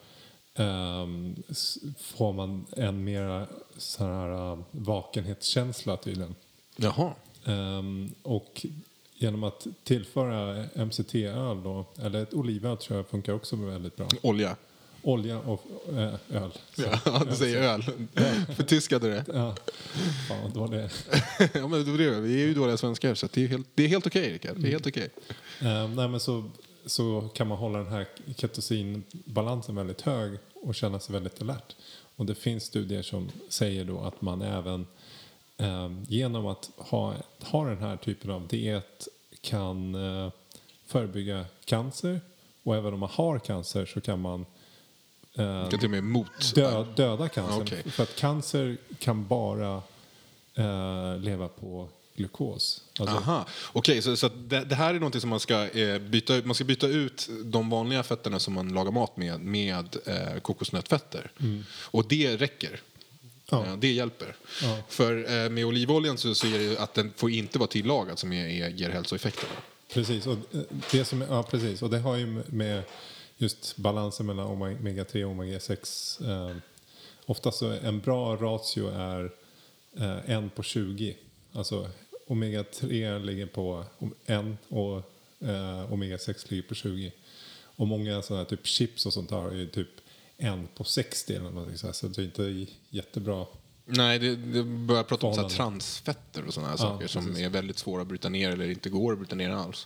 får man en mer sån här vakenhetskänsla tydligen. Jaha. Och genom att tillföra MCT-öl då, eller ett olivolja tror jag funkar också väldigt bra. Olja och öl. Ja, du säger öl. Förtyskade det. Ja, fan, det var det. Ja, men vi är ju dåliga svenskar, så det är helt okej, Rickard. Det är helt okej. Nej, men så kan man hålla den här ketosinbalansen väldigt hög och känna sig väldigt alert. Och det finns studier som säger då att man även genom att ha den här typen av diet kan förebygga cancer. Och även om man har cancer så kan man kan till och med döda cancer. Okay. För att cancer kan bara leva på glukos. Alltså. Aha, okej, så det här är någonting som man ska byta ut. Man ska byta ut de vanliga fetterna som man lagar mat med kokosnötfetter. Och det räcker. Ja. Det hjälper. Ja. För med olivoljan så är det att den får inte vara tillagad som ger hälsoeffekterna. Precis, och precis. Och det har ju med just balansen mellan omega-3 och omega-6. Oftast så en bra ratio är 1:20. Alltså omega-3 ligger på 1 och omega-6 ligger på 20. Och många sådana typ chips och sånt har ju typ 1:60 eller någonting så här. Så det är inte jättebra. Nej, det börjar prata om så här transfetter och sådana här saker som är väldigt svåra att bryta ner eller inte går att bryta ner alls.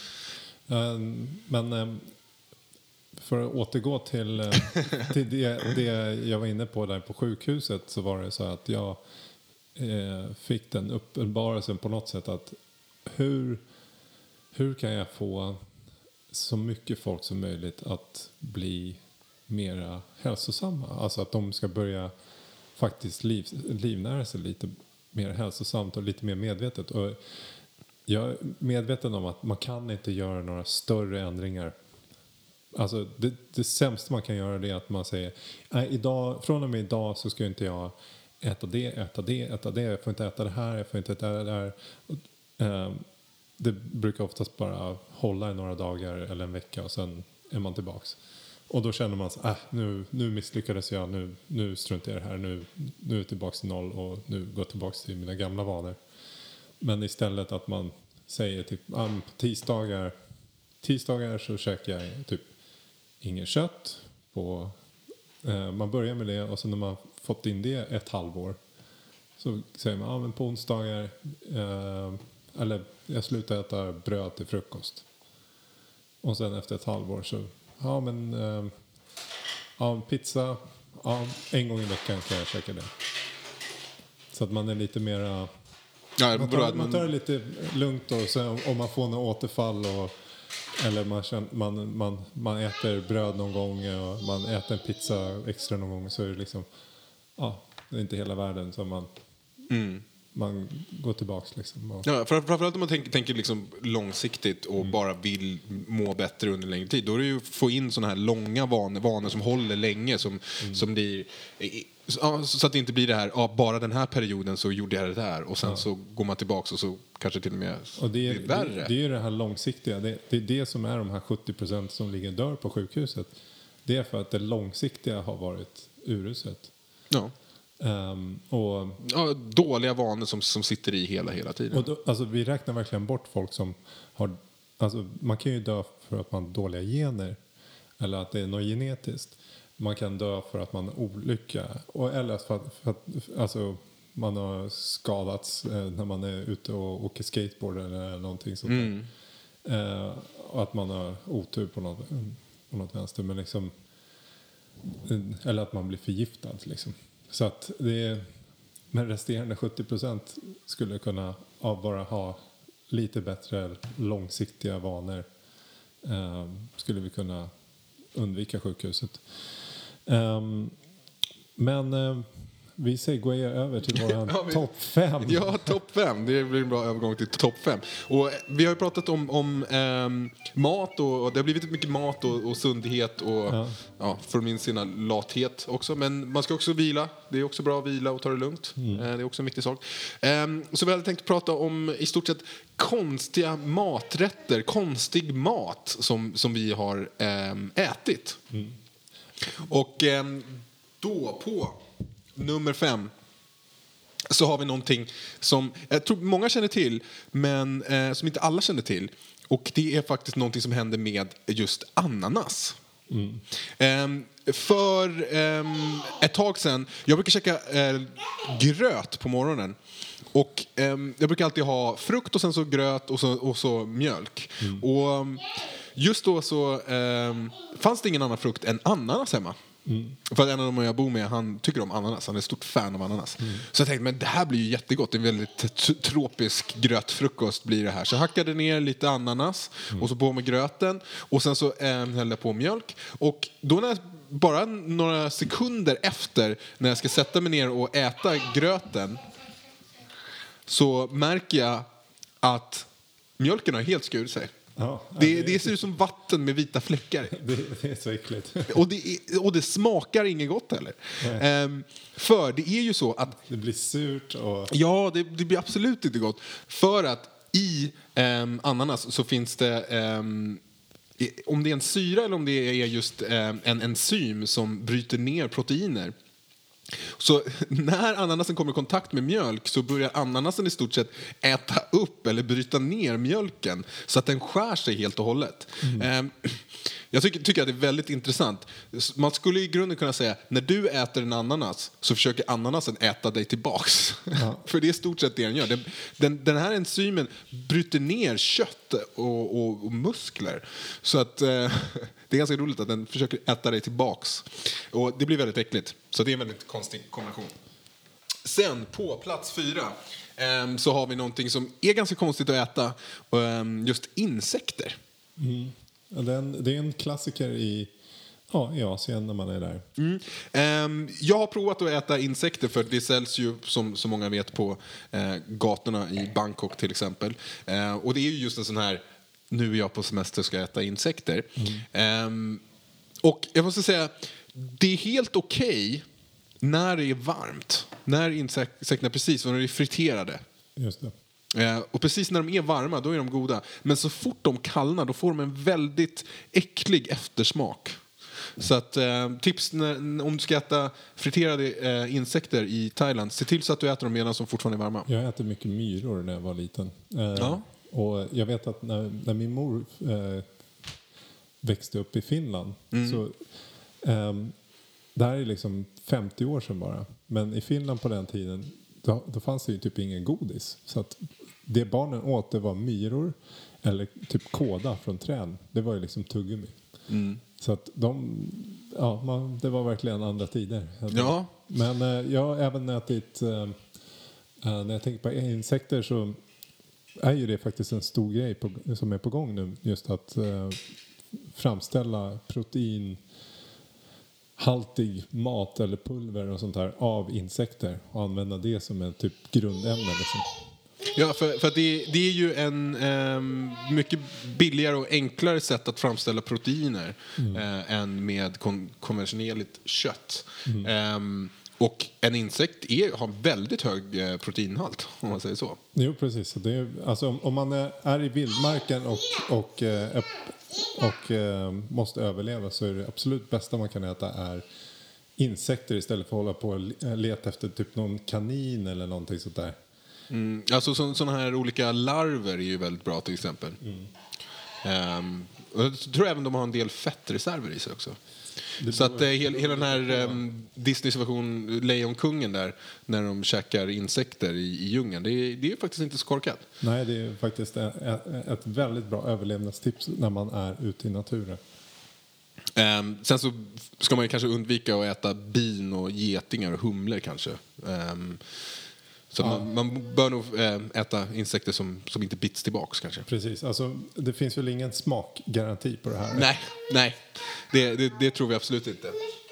Men för att återgå till det jag var inne på där på sjukhuset, så var det så att jag fick den uppenbarelsen på något sätt att hur kan jag få så mycket folk som möjligt att bli mera hälsosamma. Alltså att de ska börja faktiskt livnära sig lite mer hälsosamt och lite mer medvetet. Och jag är medveten om att man kan inte göra några större ändringar. Alltså det sämsta man kan göra det är att man säger från och med idag så ska inte jag äta det. Jag får inte äta det här, jag får inte äta det där. Det brukar oftast bara hålla i några dagar eller en vecka och sen är man tillbaks. Och då känner man så nu misslyckades jag, nu struntar jag i det här, nu är jag tillbaka till noll och nu går jag tillbaka till mina gamla vanor. Men istället att man säger typ tisdagar så käkar jag typ ingen kött på, man börjar med det och sen när man fått in det ett halvår så säger man men på onsdagar eller jag slutar äta bröd till frukost. Och sen efter ett halvår så pizza en gång i veckan kan jag käka det. Så att man är lite mera man tar det lite lugnt och sen om man får något återfall eller man äter bröd någon gång och man äter en pizza extra någon gång så är det liksom det är inte hela världen som man går tillbaks liksom. Ja, framförallt om man tänker liksom långsiktigt och bara vill må bättre under en längre tid. Då är det ju få in såna här långa vanor som håller länge som blir så att det inte blir det här bara den här perioden så gjorde jag det där och sen så går man tillbaks och så kanske till och med och det är värre. Det är ju det här långsiktiga. Det är det som är de här 70% som ligger dör på sjukhuset. Det är för att det långsiktiga har varit uruset. Ja. Dåliga vanor som sitter i hela tiden. Och då, alltså, vi räknar verkligen bort folk som har... Alltså, man kan ju dö för att man har dåliga gener. Eller att det är något genetiskt. Man kan dö för att man har olycka. Eller för att alltså, man har skadats när man är ute och åker skateboard eller någonting sånt där. Och att man har otur på något vänster. Men liksom, eller att man blir förgiftad liksom. Så att men resterande 70% skulle kunna bara ha lite bättre långsiktiga vanor. Skulle vi kunna undvika sjukhuset. Men vi segwayar över till våran topp 5. Ja, topp 5. Det blir en bra övergång till topp 5. Och vi har ju pratat om mat och det har blivit mycket mat och sundhet och för min sina lathet också. Men man ska också vila. Det är också bra att vila och ta det lugnt. Det är också en viktig sak. Så vi hade tänkt prata om i stort sett konstiga maträtter, konstig mat som vi har ätit. Och då på nummer 5 så har vi någonting som jag tror många känner till men som inte alla känner till. Och det är faktiskt någonting som händer med just ananas. För ett tag sedan, jag brukar käka gröt på morgonen. Och jag brukar alltid ha frukt och sen så gröt och så mjölk. Och just då så fanns det ingen annan frukt än ananas hemma. För att en av dem jag bor med, han tycker om ananas. Han är ett stort fan av ananas. Så jag tänkte, men det här blir ju jättegott. En väldigt tropisk grötfrukost blir det här. Så jag hackade ner lite ananas och så på med gröten. Och sen så hällde jag på mjölk. Och då när bara några sekunder efter när jag ska sätta mig ner och äta gröten så märker jag att mjölken har helt skurit sig. Ja, det ser ut som vatten med vita fläckar. Det är så äckligt. Och det smakar inget gott heller. För det är ju så att... Det blir surt och... Ja, det blir absolut inte gott. För att i ananas så finns det... om det är en syra eller om det är just en enzym som bryter ner proteiner. Så när ananasen kommer i kontakt med mjölk så börjar ananasen i stort sett äta upp eller bryta ner mjölken så att den skär sig helt och hållet. Jag tycker att det är väldigt intressant. Man skulle i grunden kunna säga när du äter en ananas så försöker ananasen äta dig tillbaks. Ja. För det är i stort sett det den gör. Den här enzymen bryter ner kött och muskler. Så att det är ganska roligt att den försöker äta dig tillbaks. Och det blir väldigt äckligt. Så det är en väldigt konstig kombination. Sen på plats 4 så har vi någonting som är ganska konstigt att äta. Just insekter. Ja, det är en klassiker i Asien när man är där. Jag har provat att äta insekter för det säljs ju som många vet på gatorna i Bangkok till exempel. Och det är ju just en sån här, nu är jag på semester ska äta insekter. Och jag måste säga, det är helt okej när det är varmt. När insekterna precis, när de är friterade. Just det. Och precis när de är varma, då är de goda. Men så fort de kallnar, då får de en väldigt äcklig eftersmak. Så att tips om du ska äta friterade insekter i Thailand, se till så att du äter dem medan de fortfarande är varma. Jag äter mycket myror när jag var liten. Ja. Och jag vet att när min mor växte upp i Finland så det här är liksom 50 år sedan bara. Men i Finland på den tiden då fanns det ju typ ingen godis. Så att det barnen åt, det var myror eller typ kåda från träd. Det var ju liksom tuggummi. Så att det var verkligen andra tider. Ja. Men jag har även ätit, när jag tänker på insekter så är ju det faktiskt en stor grej som är på gång nu. Just att framställa proteinhaltig mat eller pulver och sånt här av insekter och använda det som en typ grundämne liksom. Ja, för att det är ju en mycket billigare och enklare sätt att framställa proteiner än med konventionellt kött. Och en insekt har väldigt hög proteinhalt, om man säger så. Jo, precis. Det är, alltså, om man är i vildmarken och måste överleva så är det absolut bästa man kan äta är insekter istället för att hålla på och leta efter typ någon kanin eller någonting sånt där. Alltså sådana här olika larver är ju väldigt bra till exempel. Och jag tror även de har en del fettreserver i sig också. Så att hela den här Disneys version Lejonkungen där när de käkar insekter i djungeln, det är faktiskt inte så korkat. Nej, det är faktiskt ett väldigt bra överlevnadstips när man är ute i naturen. Sen så ska man ju kanske undvika att äta bin och getingar och humlor kanske. Så man bör nog äta insekter som inte bits tillbaks kanske. Precis, alltså det finns väl ingen smakgaranti på det här? Nej. Det tror vi absolut inte.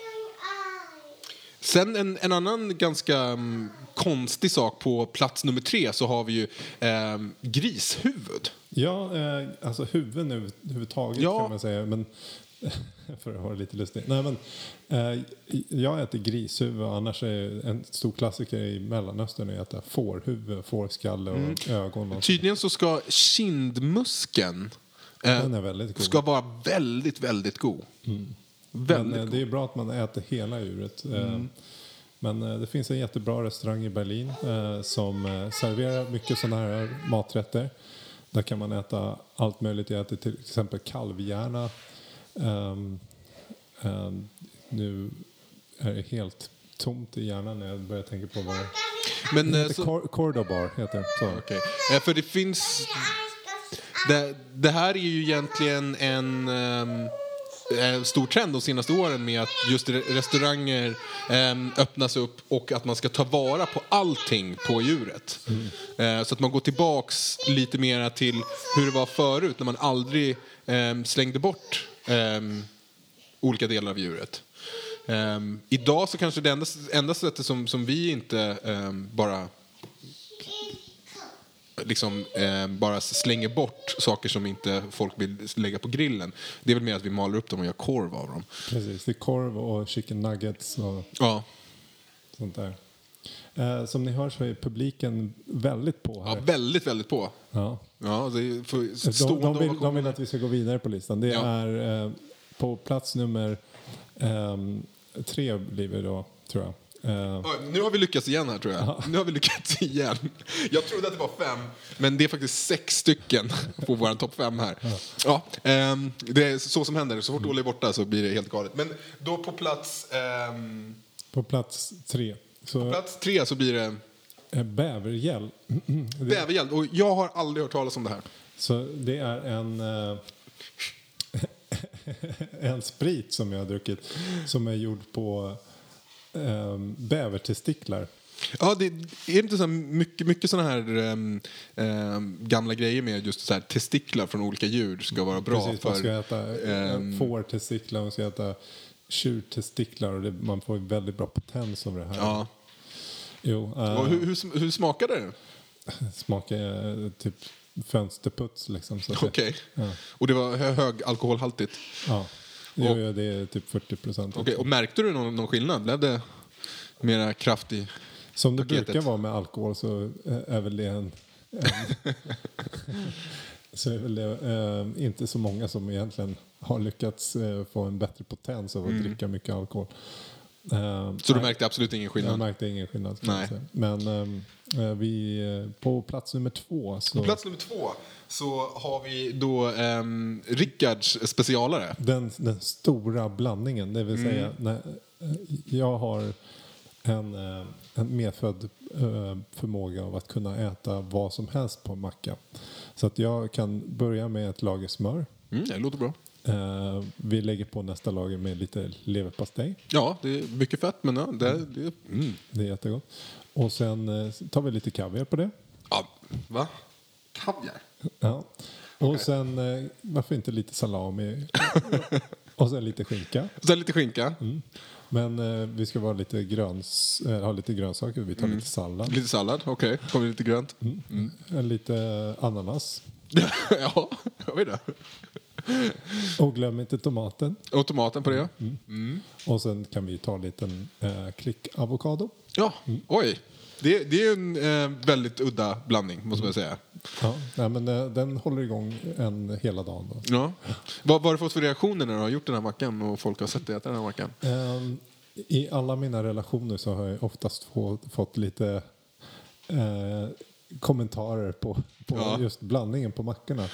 Sen en annan ganska konstig sak på plats nummer 3 så har vi ju grishuvud. Ja, alltså huvuden överhuvudtaget kan man säga, men för att ha det lite lustigt. Nej, men jag äter grishuvud, annars är en stor klassiker i Mellanöstern att äta fårhuvud, fårskalle och ögon. Och tydligen så ska kindmuskeln den är väldigt god. Ska vara väldigt, väldigt god. Väldigt god. Det är bra att man äter hela djuret. Men det finns en jättebra restaurang i Berlin som serverar mycket sådana här maträtter. Där kan man äta allt möjligt. Jag äter till exempel kalvhjärna. Nu är det helt tomt i hjärnan när jag börjar tänka på vad det Cordobar heter det. Så. Okay. För det finns det här är ju egentligen en stor trend de senaste åren med att just restauranger öppnas upp och att man ska ta vara på allting på djuret. Så att man går tillbaks lite mer till hur det var förut när man aldrig slängde bort olika delar av djuret. Idag så kanske det enda sättet som vi inte bara slänger bort saker som inte folk vill lägga på grillen. Det är väl mer att vi maler upp dem och gör korv av dem. Precis, det är korv och chicken nuggets och sånt där. Som ni hör så är publiken väldigt på här. Ja, väldigt, väldigt på. Ja. Ja, det är de vill att vi ska gå vidare på listan. Det är på plats nummer 3 blir vi då, tror jag. Nu har vi lyckats igen här, tror jag. Ja. Nu har vi lyckats igen. Jag trodde att det var 5, men det är faktiskt 6 stycken på vår topp 5 här. Ja, det är så som händer. Så fort Olle är borta så blir det helt galet. Men då på plats... På plats 3. På plats 3 så blir det... Bävergäll. Bävergäll. Och jag har aldrig hört talas om det här. Så det är en sprit som jag har druckit som är gjord på bävertestiklar. Ja, det är inte så mycket såna här gamla grejer med just så här testiklar från olika djur ska vara bra. Precis, man ska äta fårtestiklar, man ska äta tjurtestiklar och man får väldigt bra potens av det här. Ja. Jo, och hur smakade det? Smakar typ fönsterputs liksom. Okej. Ja. Och det var hög alkoholhaltigt? Ja. Jo, det är typ 40%. Okej. Och märkte du någon skillnad? Blev det mera kraft i som det paketet? Brukar vara med alkohol så är väl det så är väl det inte så många som egentligen har lyckats få en bättre potens av att dricka mycket alkohol. Så du märkte absolut ingen skillnad? Jag märkte ingen skillnad. Nej. Men vi på plats nummer 2. Så på plats nummer 2 så har vi då Rickards specialare. Den stora blandningen, det vill säga när jag har en medfödd förmåga av att kunna äta vad som helst på en macka. Så att jag kan börja med ett lager smör. Det låter bra. Vi lägger på nästa lager med lite leverpastej. Ja, det är mycket fett, men ja, Det är jättegott. Och sen tar vi lite kaviar på det. Ja, va? Kaviar? Ja. Och sen, varför inte lite salami? Och sen lite skinka. Sen lite skinka. Men vi ska vara lite ha lite grönsaker. Vi tar lite sallad. Lite sallad, okej. Kommer lite grönt. Lite ananas. Ja, har vi det. Och glöm inte tomaten. Och tomaten på det. Och sen kan vi ta en liten klick avokado. Ja, oj. Det är en väldigt udda blandning, måste man säga. Ja, nej, men den håller igång hela dagen. Då. Ja. Vad har du fått för reaktioner när du har gjort den här mackan och folk har sett dig äta den här mackan? I alla mina relationer så har jag oftast fått lite kommentarer på just blandningen på mackorna.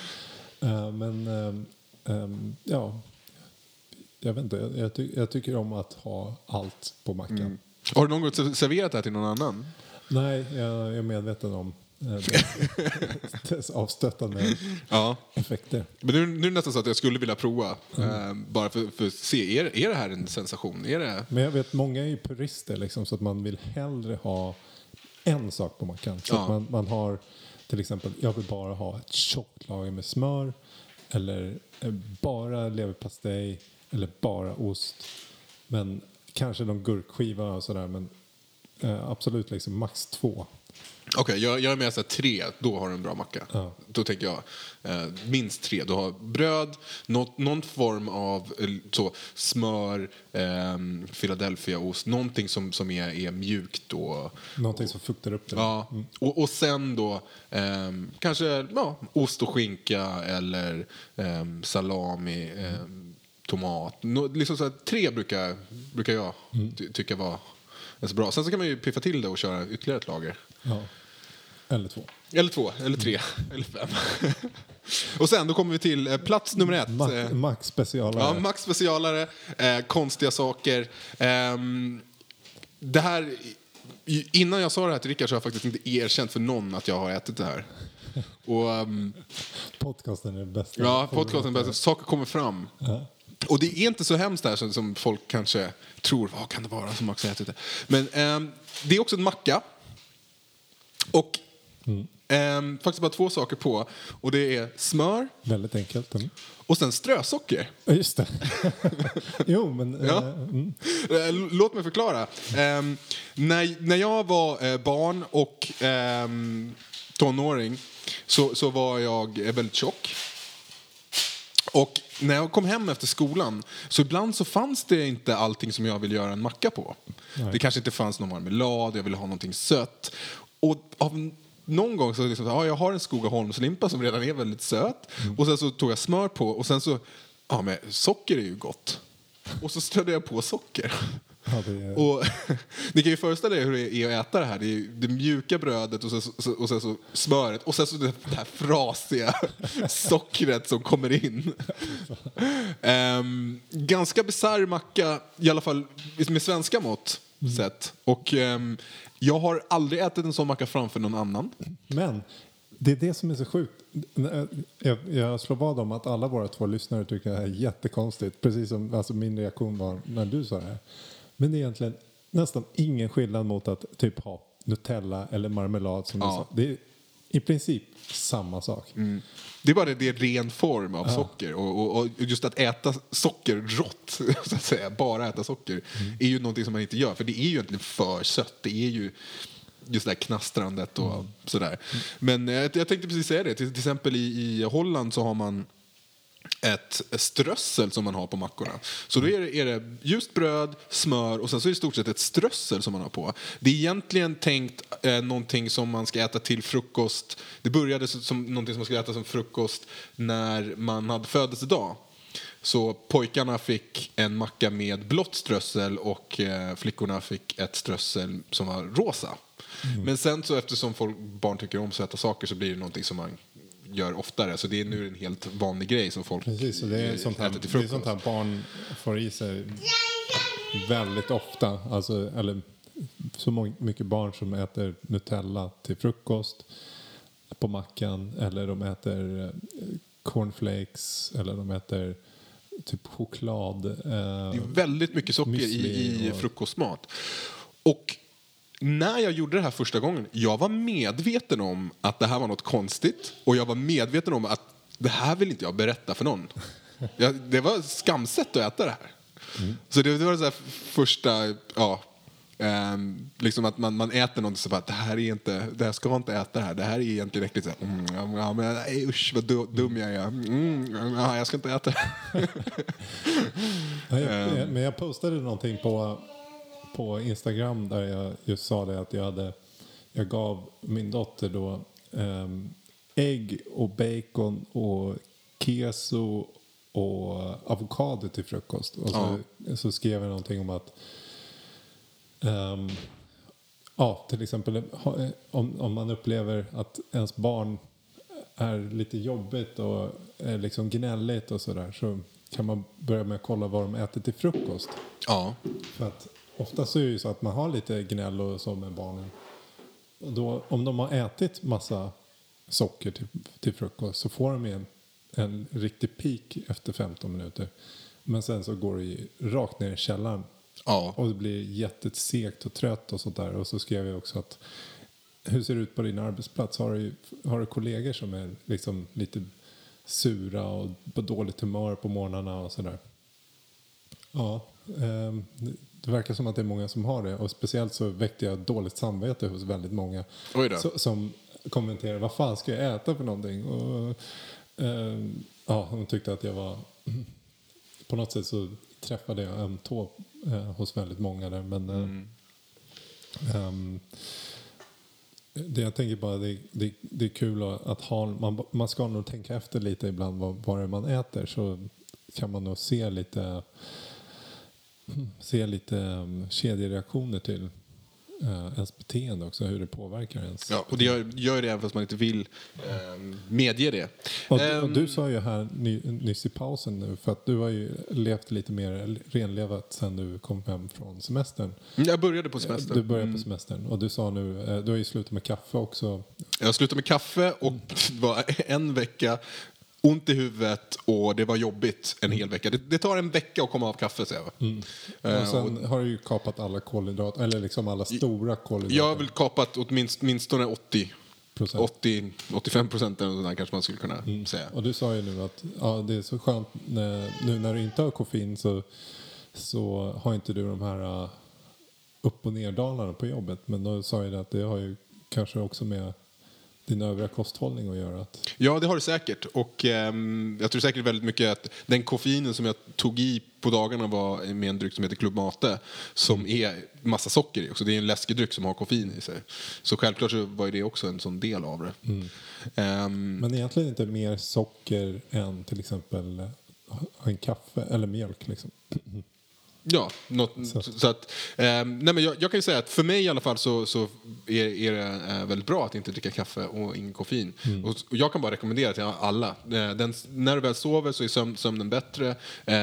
Ja, jag vet inte. Jag tycker om att ha allt på mackan. Har du någon gång serverat det här till någon annan? Nej, jag är medveten om dess avstötande effekter. Men nu är det nästan så att jag skulle vilja prova. Bara för att se, är det här en sensation? Är det... Men jag vet, många är ju purister liksom, så att man vill hellre ha en sak på mackan. Så att man har till exempel, jag vill bara ha ett tjockt lager med smör. Eller bara leverpastej. Eller bara ost. Men kanske någon gurkskiva och sådär. Men absolut liksom max 2. Okej, jag är med så här 3, då har du en bra macka. Ja. Då tänker jag minst 3. Du har bröd, någon form av så, smör, Philadelphiaost, någonting som är mjukt. Någonting som fuktar upp det. Ja. Och sen då kanske ost och skinka eller salami, tomat. Liksom så här, 3 brukar jag tycka var så bra. Sen så kan man ju piffa till det och köra ytterligare ett lager. Ja. Eller 2. Eller 2, eller 3, eller 5. Och sen då kommer vi till plats nummer 1. Max specialare. Ja, Max specialare. Konstiga saker. Det här... Innan jag sa det här till Rickard så har jag faktiskt inte erkänt för någon att jag har ätit det här. Och, podcasten är det bästa. Ja, podcasten är det bästa. Saker kommer fram. Ja. Och det är inte så hemskt där som folk kanske tror. Vad kan det vara som Max har ätit det? Men det är också en macka. Och faktiskt bara 2 saker på. Och det är smör. Väldigt enkelt. Och sen strösocker. Ja, just det. Jo, men... Låt mig förklara. När jag var barn och tonåring så var jag väldigt tjock. Och när jag kom hem efter skolan så ibland så fanns det inte allting som jag ville göra en macka på. Nej. Det kanske inte fanns någon marmelad, jag ville ha någonting sött. Och av någon gång så liksom, jag har en Skogaholmslimpa som redan är väldigt söt. Och sen så tog jag smör på och sen så, men socker är ju gott. Och så strödde jag på socker. Ja, och ni kan ju föreställa er hur det är att äta det här. Det är det mjuka brödet och sen så smöret och sen så det här frasiga sockret som kommer in. Ganska bizarr macka, i alla fall med svenska mått sett. Och jag har aldrig ätit en sån macka framför någon annan. Men det är det som är så sjukt. Jag slår vad om att alla våra 2 lyssnare tycker det här är jättekonstigt. Precis som alltså, min reaktion var när du sa det här. Men det är egentligen nästan ingen skillnad mot att typ ha Nutella eller marmelad som du sa. Det är i princip samma sak. Det är bara det är ren form av socker. Och just att äta socker rått, så att säga, bara äta socker, är ju någonting som man inte gör. För det är ju egentligen för sött. Det är ju just det här knastrandet och sådär. Men jag tänkte precis säga det. Till exempel i Holland så har man ett strössel som man har på mackorna. Så då är det just bröd, smör och sen så är det i stort sett ett strössel som man har på. Det är egentligen tänkt någonting som man ska äta till frukost. Det började som någonting som man skulle äta som frukost när man hade födelsedag. Så pojkarna fick en macka med blått strössel och flickorna fick ett strössel som var rosa. Men sen så eftersom barn tycker om söta saker så blir det någonting som man gör oftare. Så det är nu en helt vanlig grej som folk Precis, så det är sånt här, äter till frukost. Det är sånt här barn får i sig väldigt ofta. Alltså, eller så mycket barn som äter Nutella till frukost på mackan. Eller de äter cornflakes. Eller de äter typ choklad. Det är väldigt mycket socker i frukostmat. Och när jag gjorde det här första gången, jag var medveten om att det här var något konstigt. Och jag var medveten om att det här vill inte jag berätta för någon. Det var skamset att äta det här. Så det var så här första, liksom att man äter något så bara, det här ska man inte äta det här. Det här är egentligen riktigt så här, men usch vad dum jag är. Jag ska inte äta det. Men jag postade någonting på Instagram där jag just sa det att jag gav min dotter då ägg och bacon och keso och avokado till frukost. Och så skrev jag någonting om att till exempel om man upplever att ens barn är lite jobbigt och är liksom gnälligt och sådär, så kan man börja med att kolla vad de äter till frukost. Ja. För att oftast är det ju så att man har lite gnäll och så med barnen. Och då, om de har ätit massa socker till frukost så får de en riktig peak efter 15 minuter. Men sen så går det ju rakt ner i källaren. Ja. Och det blir jättesegt och trött och sånt där. Och så skrev jag också att hur ser det ut på din arbetsplats? Har du kollegor som är liksom lite sura och på dåligt humör på morgnarna och sådär? Ja, det verkar som att det är många som har det. Och speciellt så väckte jag dåligt samvete hos väldigt många som kommenterar, vad fan ska jag äta för någonting? Och de tyckte att jag var på något sätt så träffade jag en tå hos väldigt många där. Men det jag tänker bara, det är kul att ha, man ska nog tänka efter lite ibland vad det är man äter, så kan man nog se lite kedjereaktioner till ens beteende också, hur det påverkar ens. Ja, och det gör det även fast man inte vill medge det. Och du sa ju här nyss i pausen nu, för att du har ju levt lite mer renlevat sen du kom hem från semestern. Jag började på semestern. Du började på semestern. Och du sa nu, du har ju slutat med kaffe också. Jag slutade med kaffe och det var en vecka ont i huvudet och det var jobbigt en hel vecka. Det tar en vecka att komma av kaffe, säger jag. Och sen har du ju kapat alla kolhydrater, eller liksom alla stora kolhydrater. Jag har väl kapat åtminstone 80-85% eller sådär kanske man skulle kunna säga. Och du sa ju nu att det är så skönt nu när du inte har koffein, så har inte du de här upp- och nerdalarna på jobbet. Men då sa ju det att det har ju kanske också med din övriga kosthållning att göra. Ja, det har det säkert. Och jag tror säkert väldigt mycket att den koffeinen som jag tog i på dagarna var med en dryck som heter Club Mate, som är massa socker i också. Det är en läskedryck som har koffein i sig. Så självklart så var ju det också en sån del av det. Men egentligen inte mer socker än till exempel en kaffe eller mjölk liksom. Ja, så att, nej men jag kan ju säga att för mig i alla fall så är det väldigt bra att inte dricka kaffe och ingen koffein. Och jag kan bara rekommendera till alla. När du väl sover så är sömnen bättre.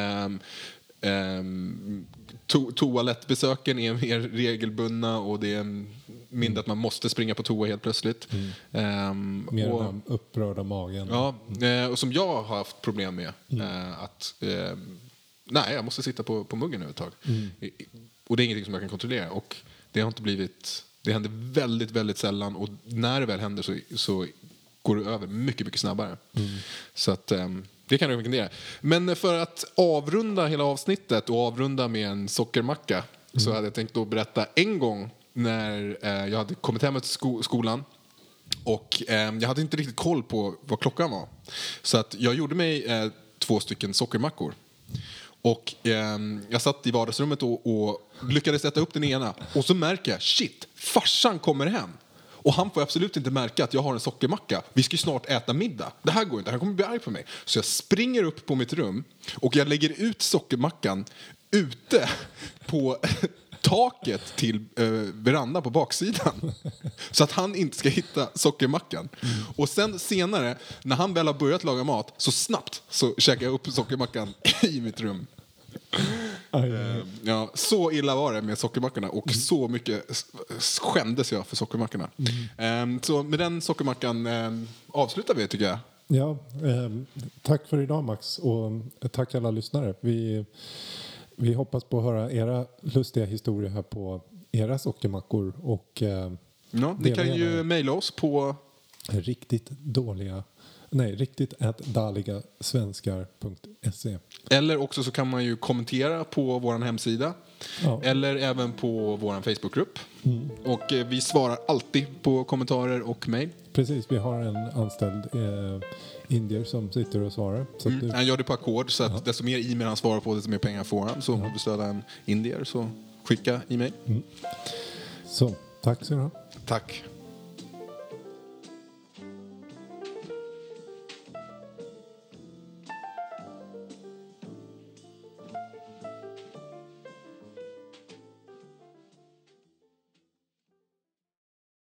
Toalettbesöken är mer regelbundna och det är mindre att man måste springa på toa helt plötsligt. Mer och, den upprörda magen. Ja, och som jag har haft problem med att... Nej, jag måste sitta på muggen över ett tag. Och det är ingenting som jag kan kontrollera. Och det har inte blivit... Det händer väldigt, väldigt sällan. Och när det väl händer så går det över mycket, mycket snabbare. Så att det kan jag rekommendera. Men för att avrunda hela avsnittet och avrunda med en sockermacka så hade jag tänkt då berätta en gång när jag hade kommit hem till skolan. Och jag hade inte riktigt koll på vad klockan var. Så att jag gjorde mig 2 stycken sockermackor. Och jag satt i vardagsrummet och lyckades sätta upp den ena. Och så märker jag, shit, farsan kommer hem. Och han får absolut inte märka att jag har en sockermacka. Vi ska ju snart äta middag. Det här går inte, han kommer bli arg på mig. Så jag springer upp på mitt rum och jag lägger ut sockermackan ute på taket till verandan på baksidan. Så att han inte ska hitta sockermackan. Och sen senare, när han väl har börjat laga mat, så snabbt så käkar jag upp sockermackan i mitt rum. Ja, så illa var det med sockermackorna och så mycket skämdes jag för sockermackorna. Så med den sockermackan avslutar vi, tycker jag. Ja, tack för idag, Max, och tack alla lyssnare. Vi hoppas på att höra era lustiga historier här på era sockermackor. Och, ni kan ju mejla oss på riktigt@daligasvenskar.se. Eller också så kan man ju kommentera på vår hemsida. Ja. Eller även på vår Facebookgrupp. Och vi svarar alltid på kommentarer och mejl. Precis, vi har en anställd indier som sitter och svarar. Så att han gör det på ackord, så att desto mer e-mail han svarar på, desto mer pengar får han. Så om du stöder en indier, så skicka e-mail. Så, tack så du ha. Tack.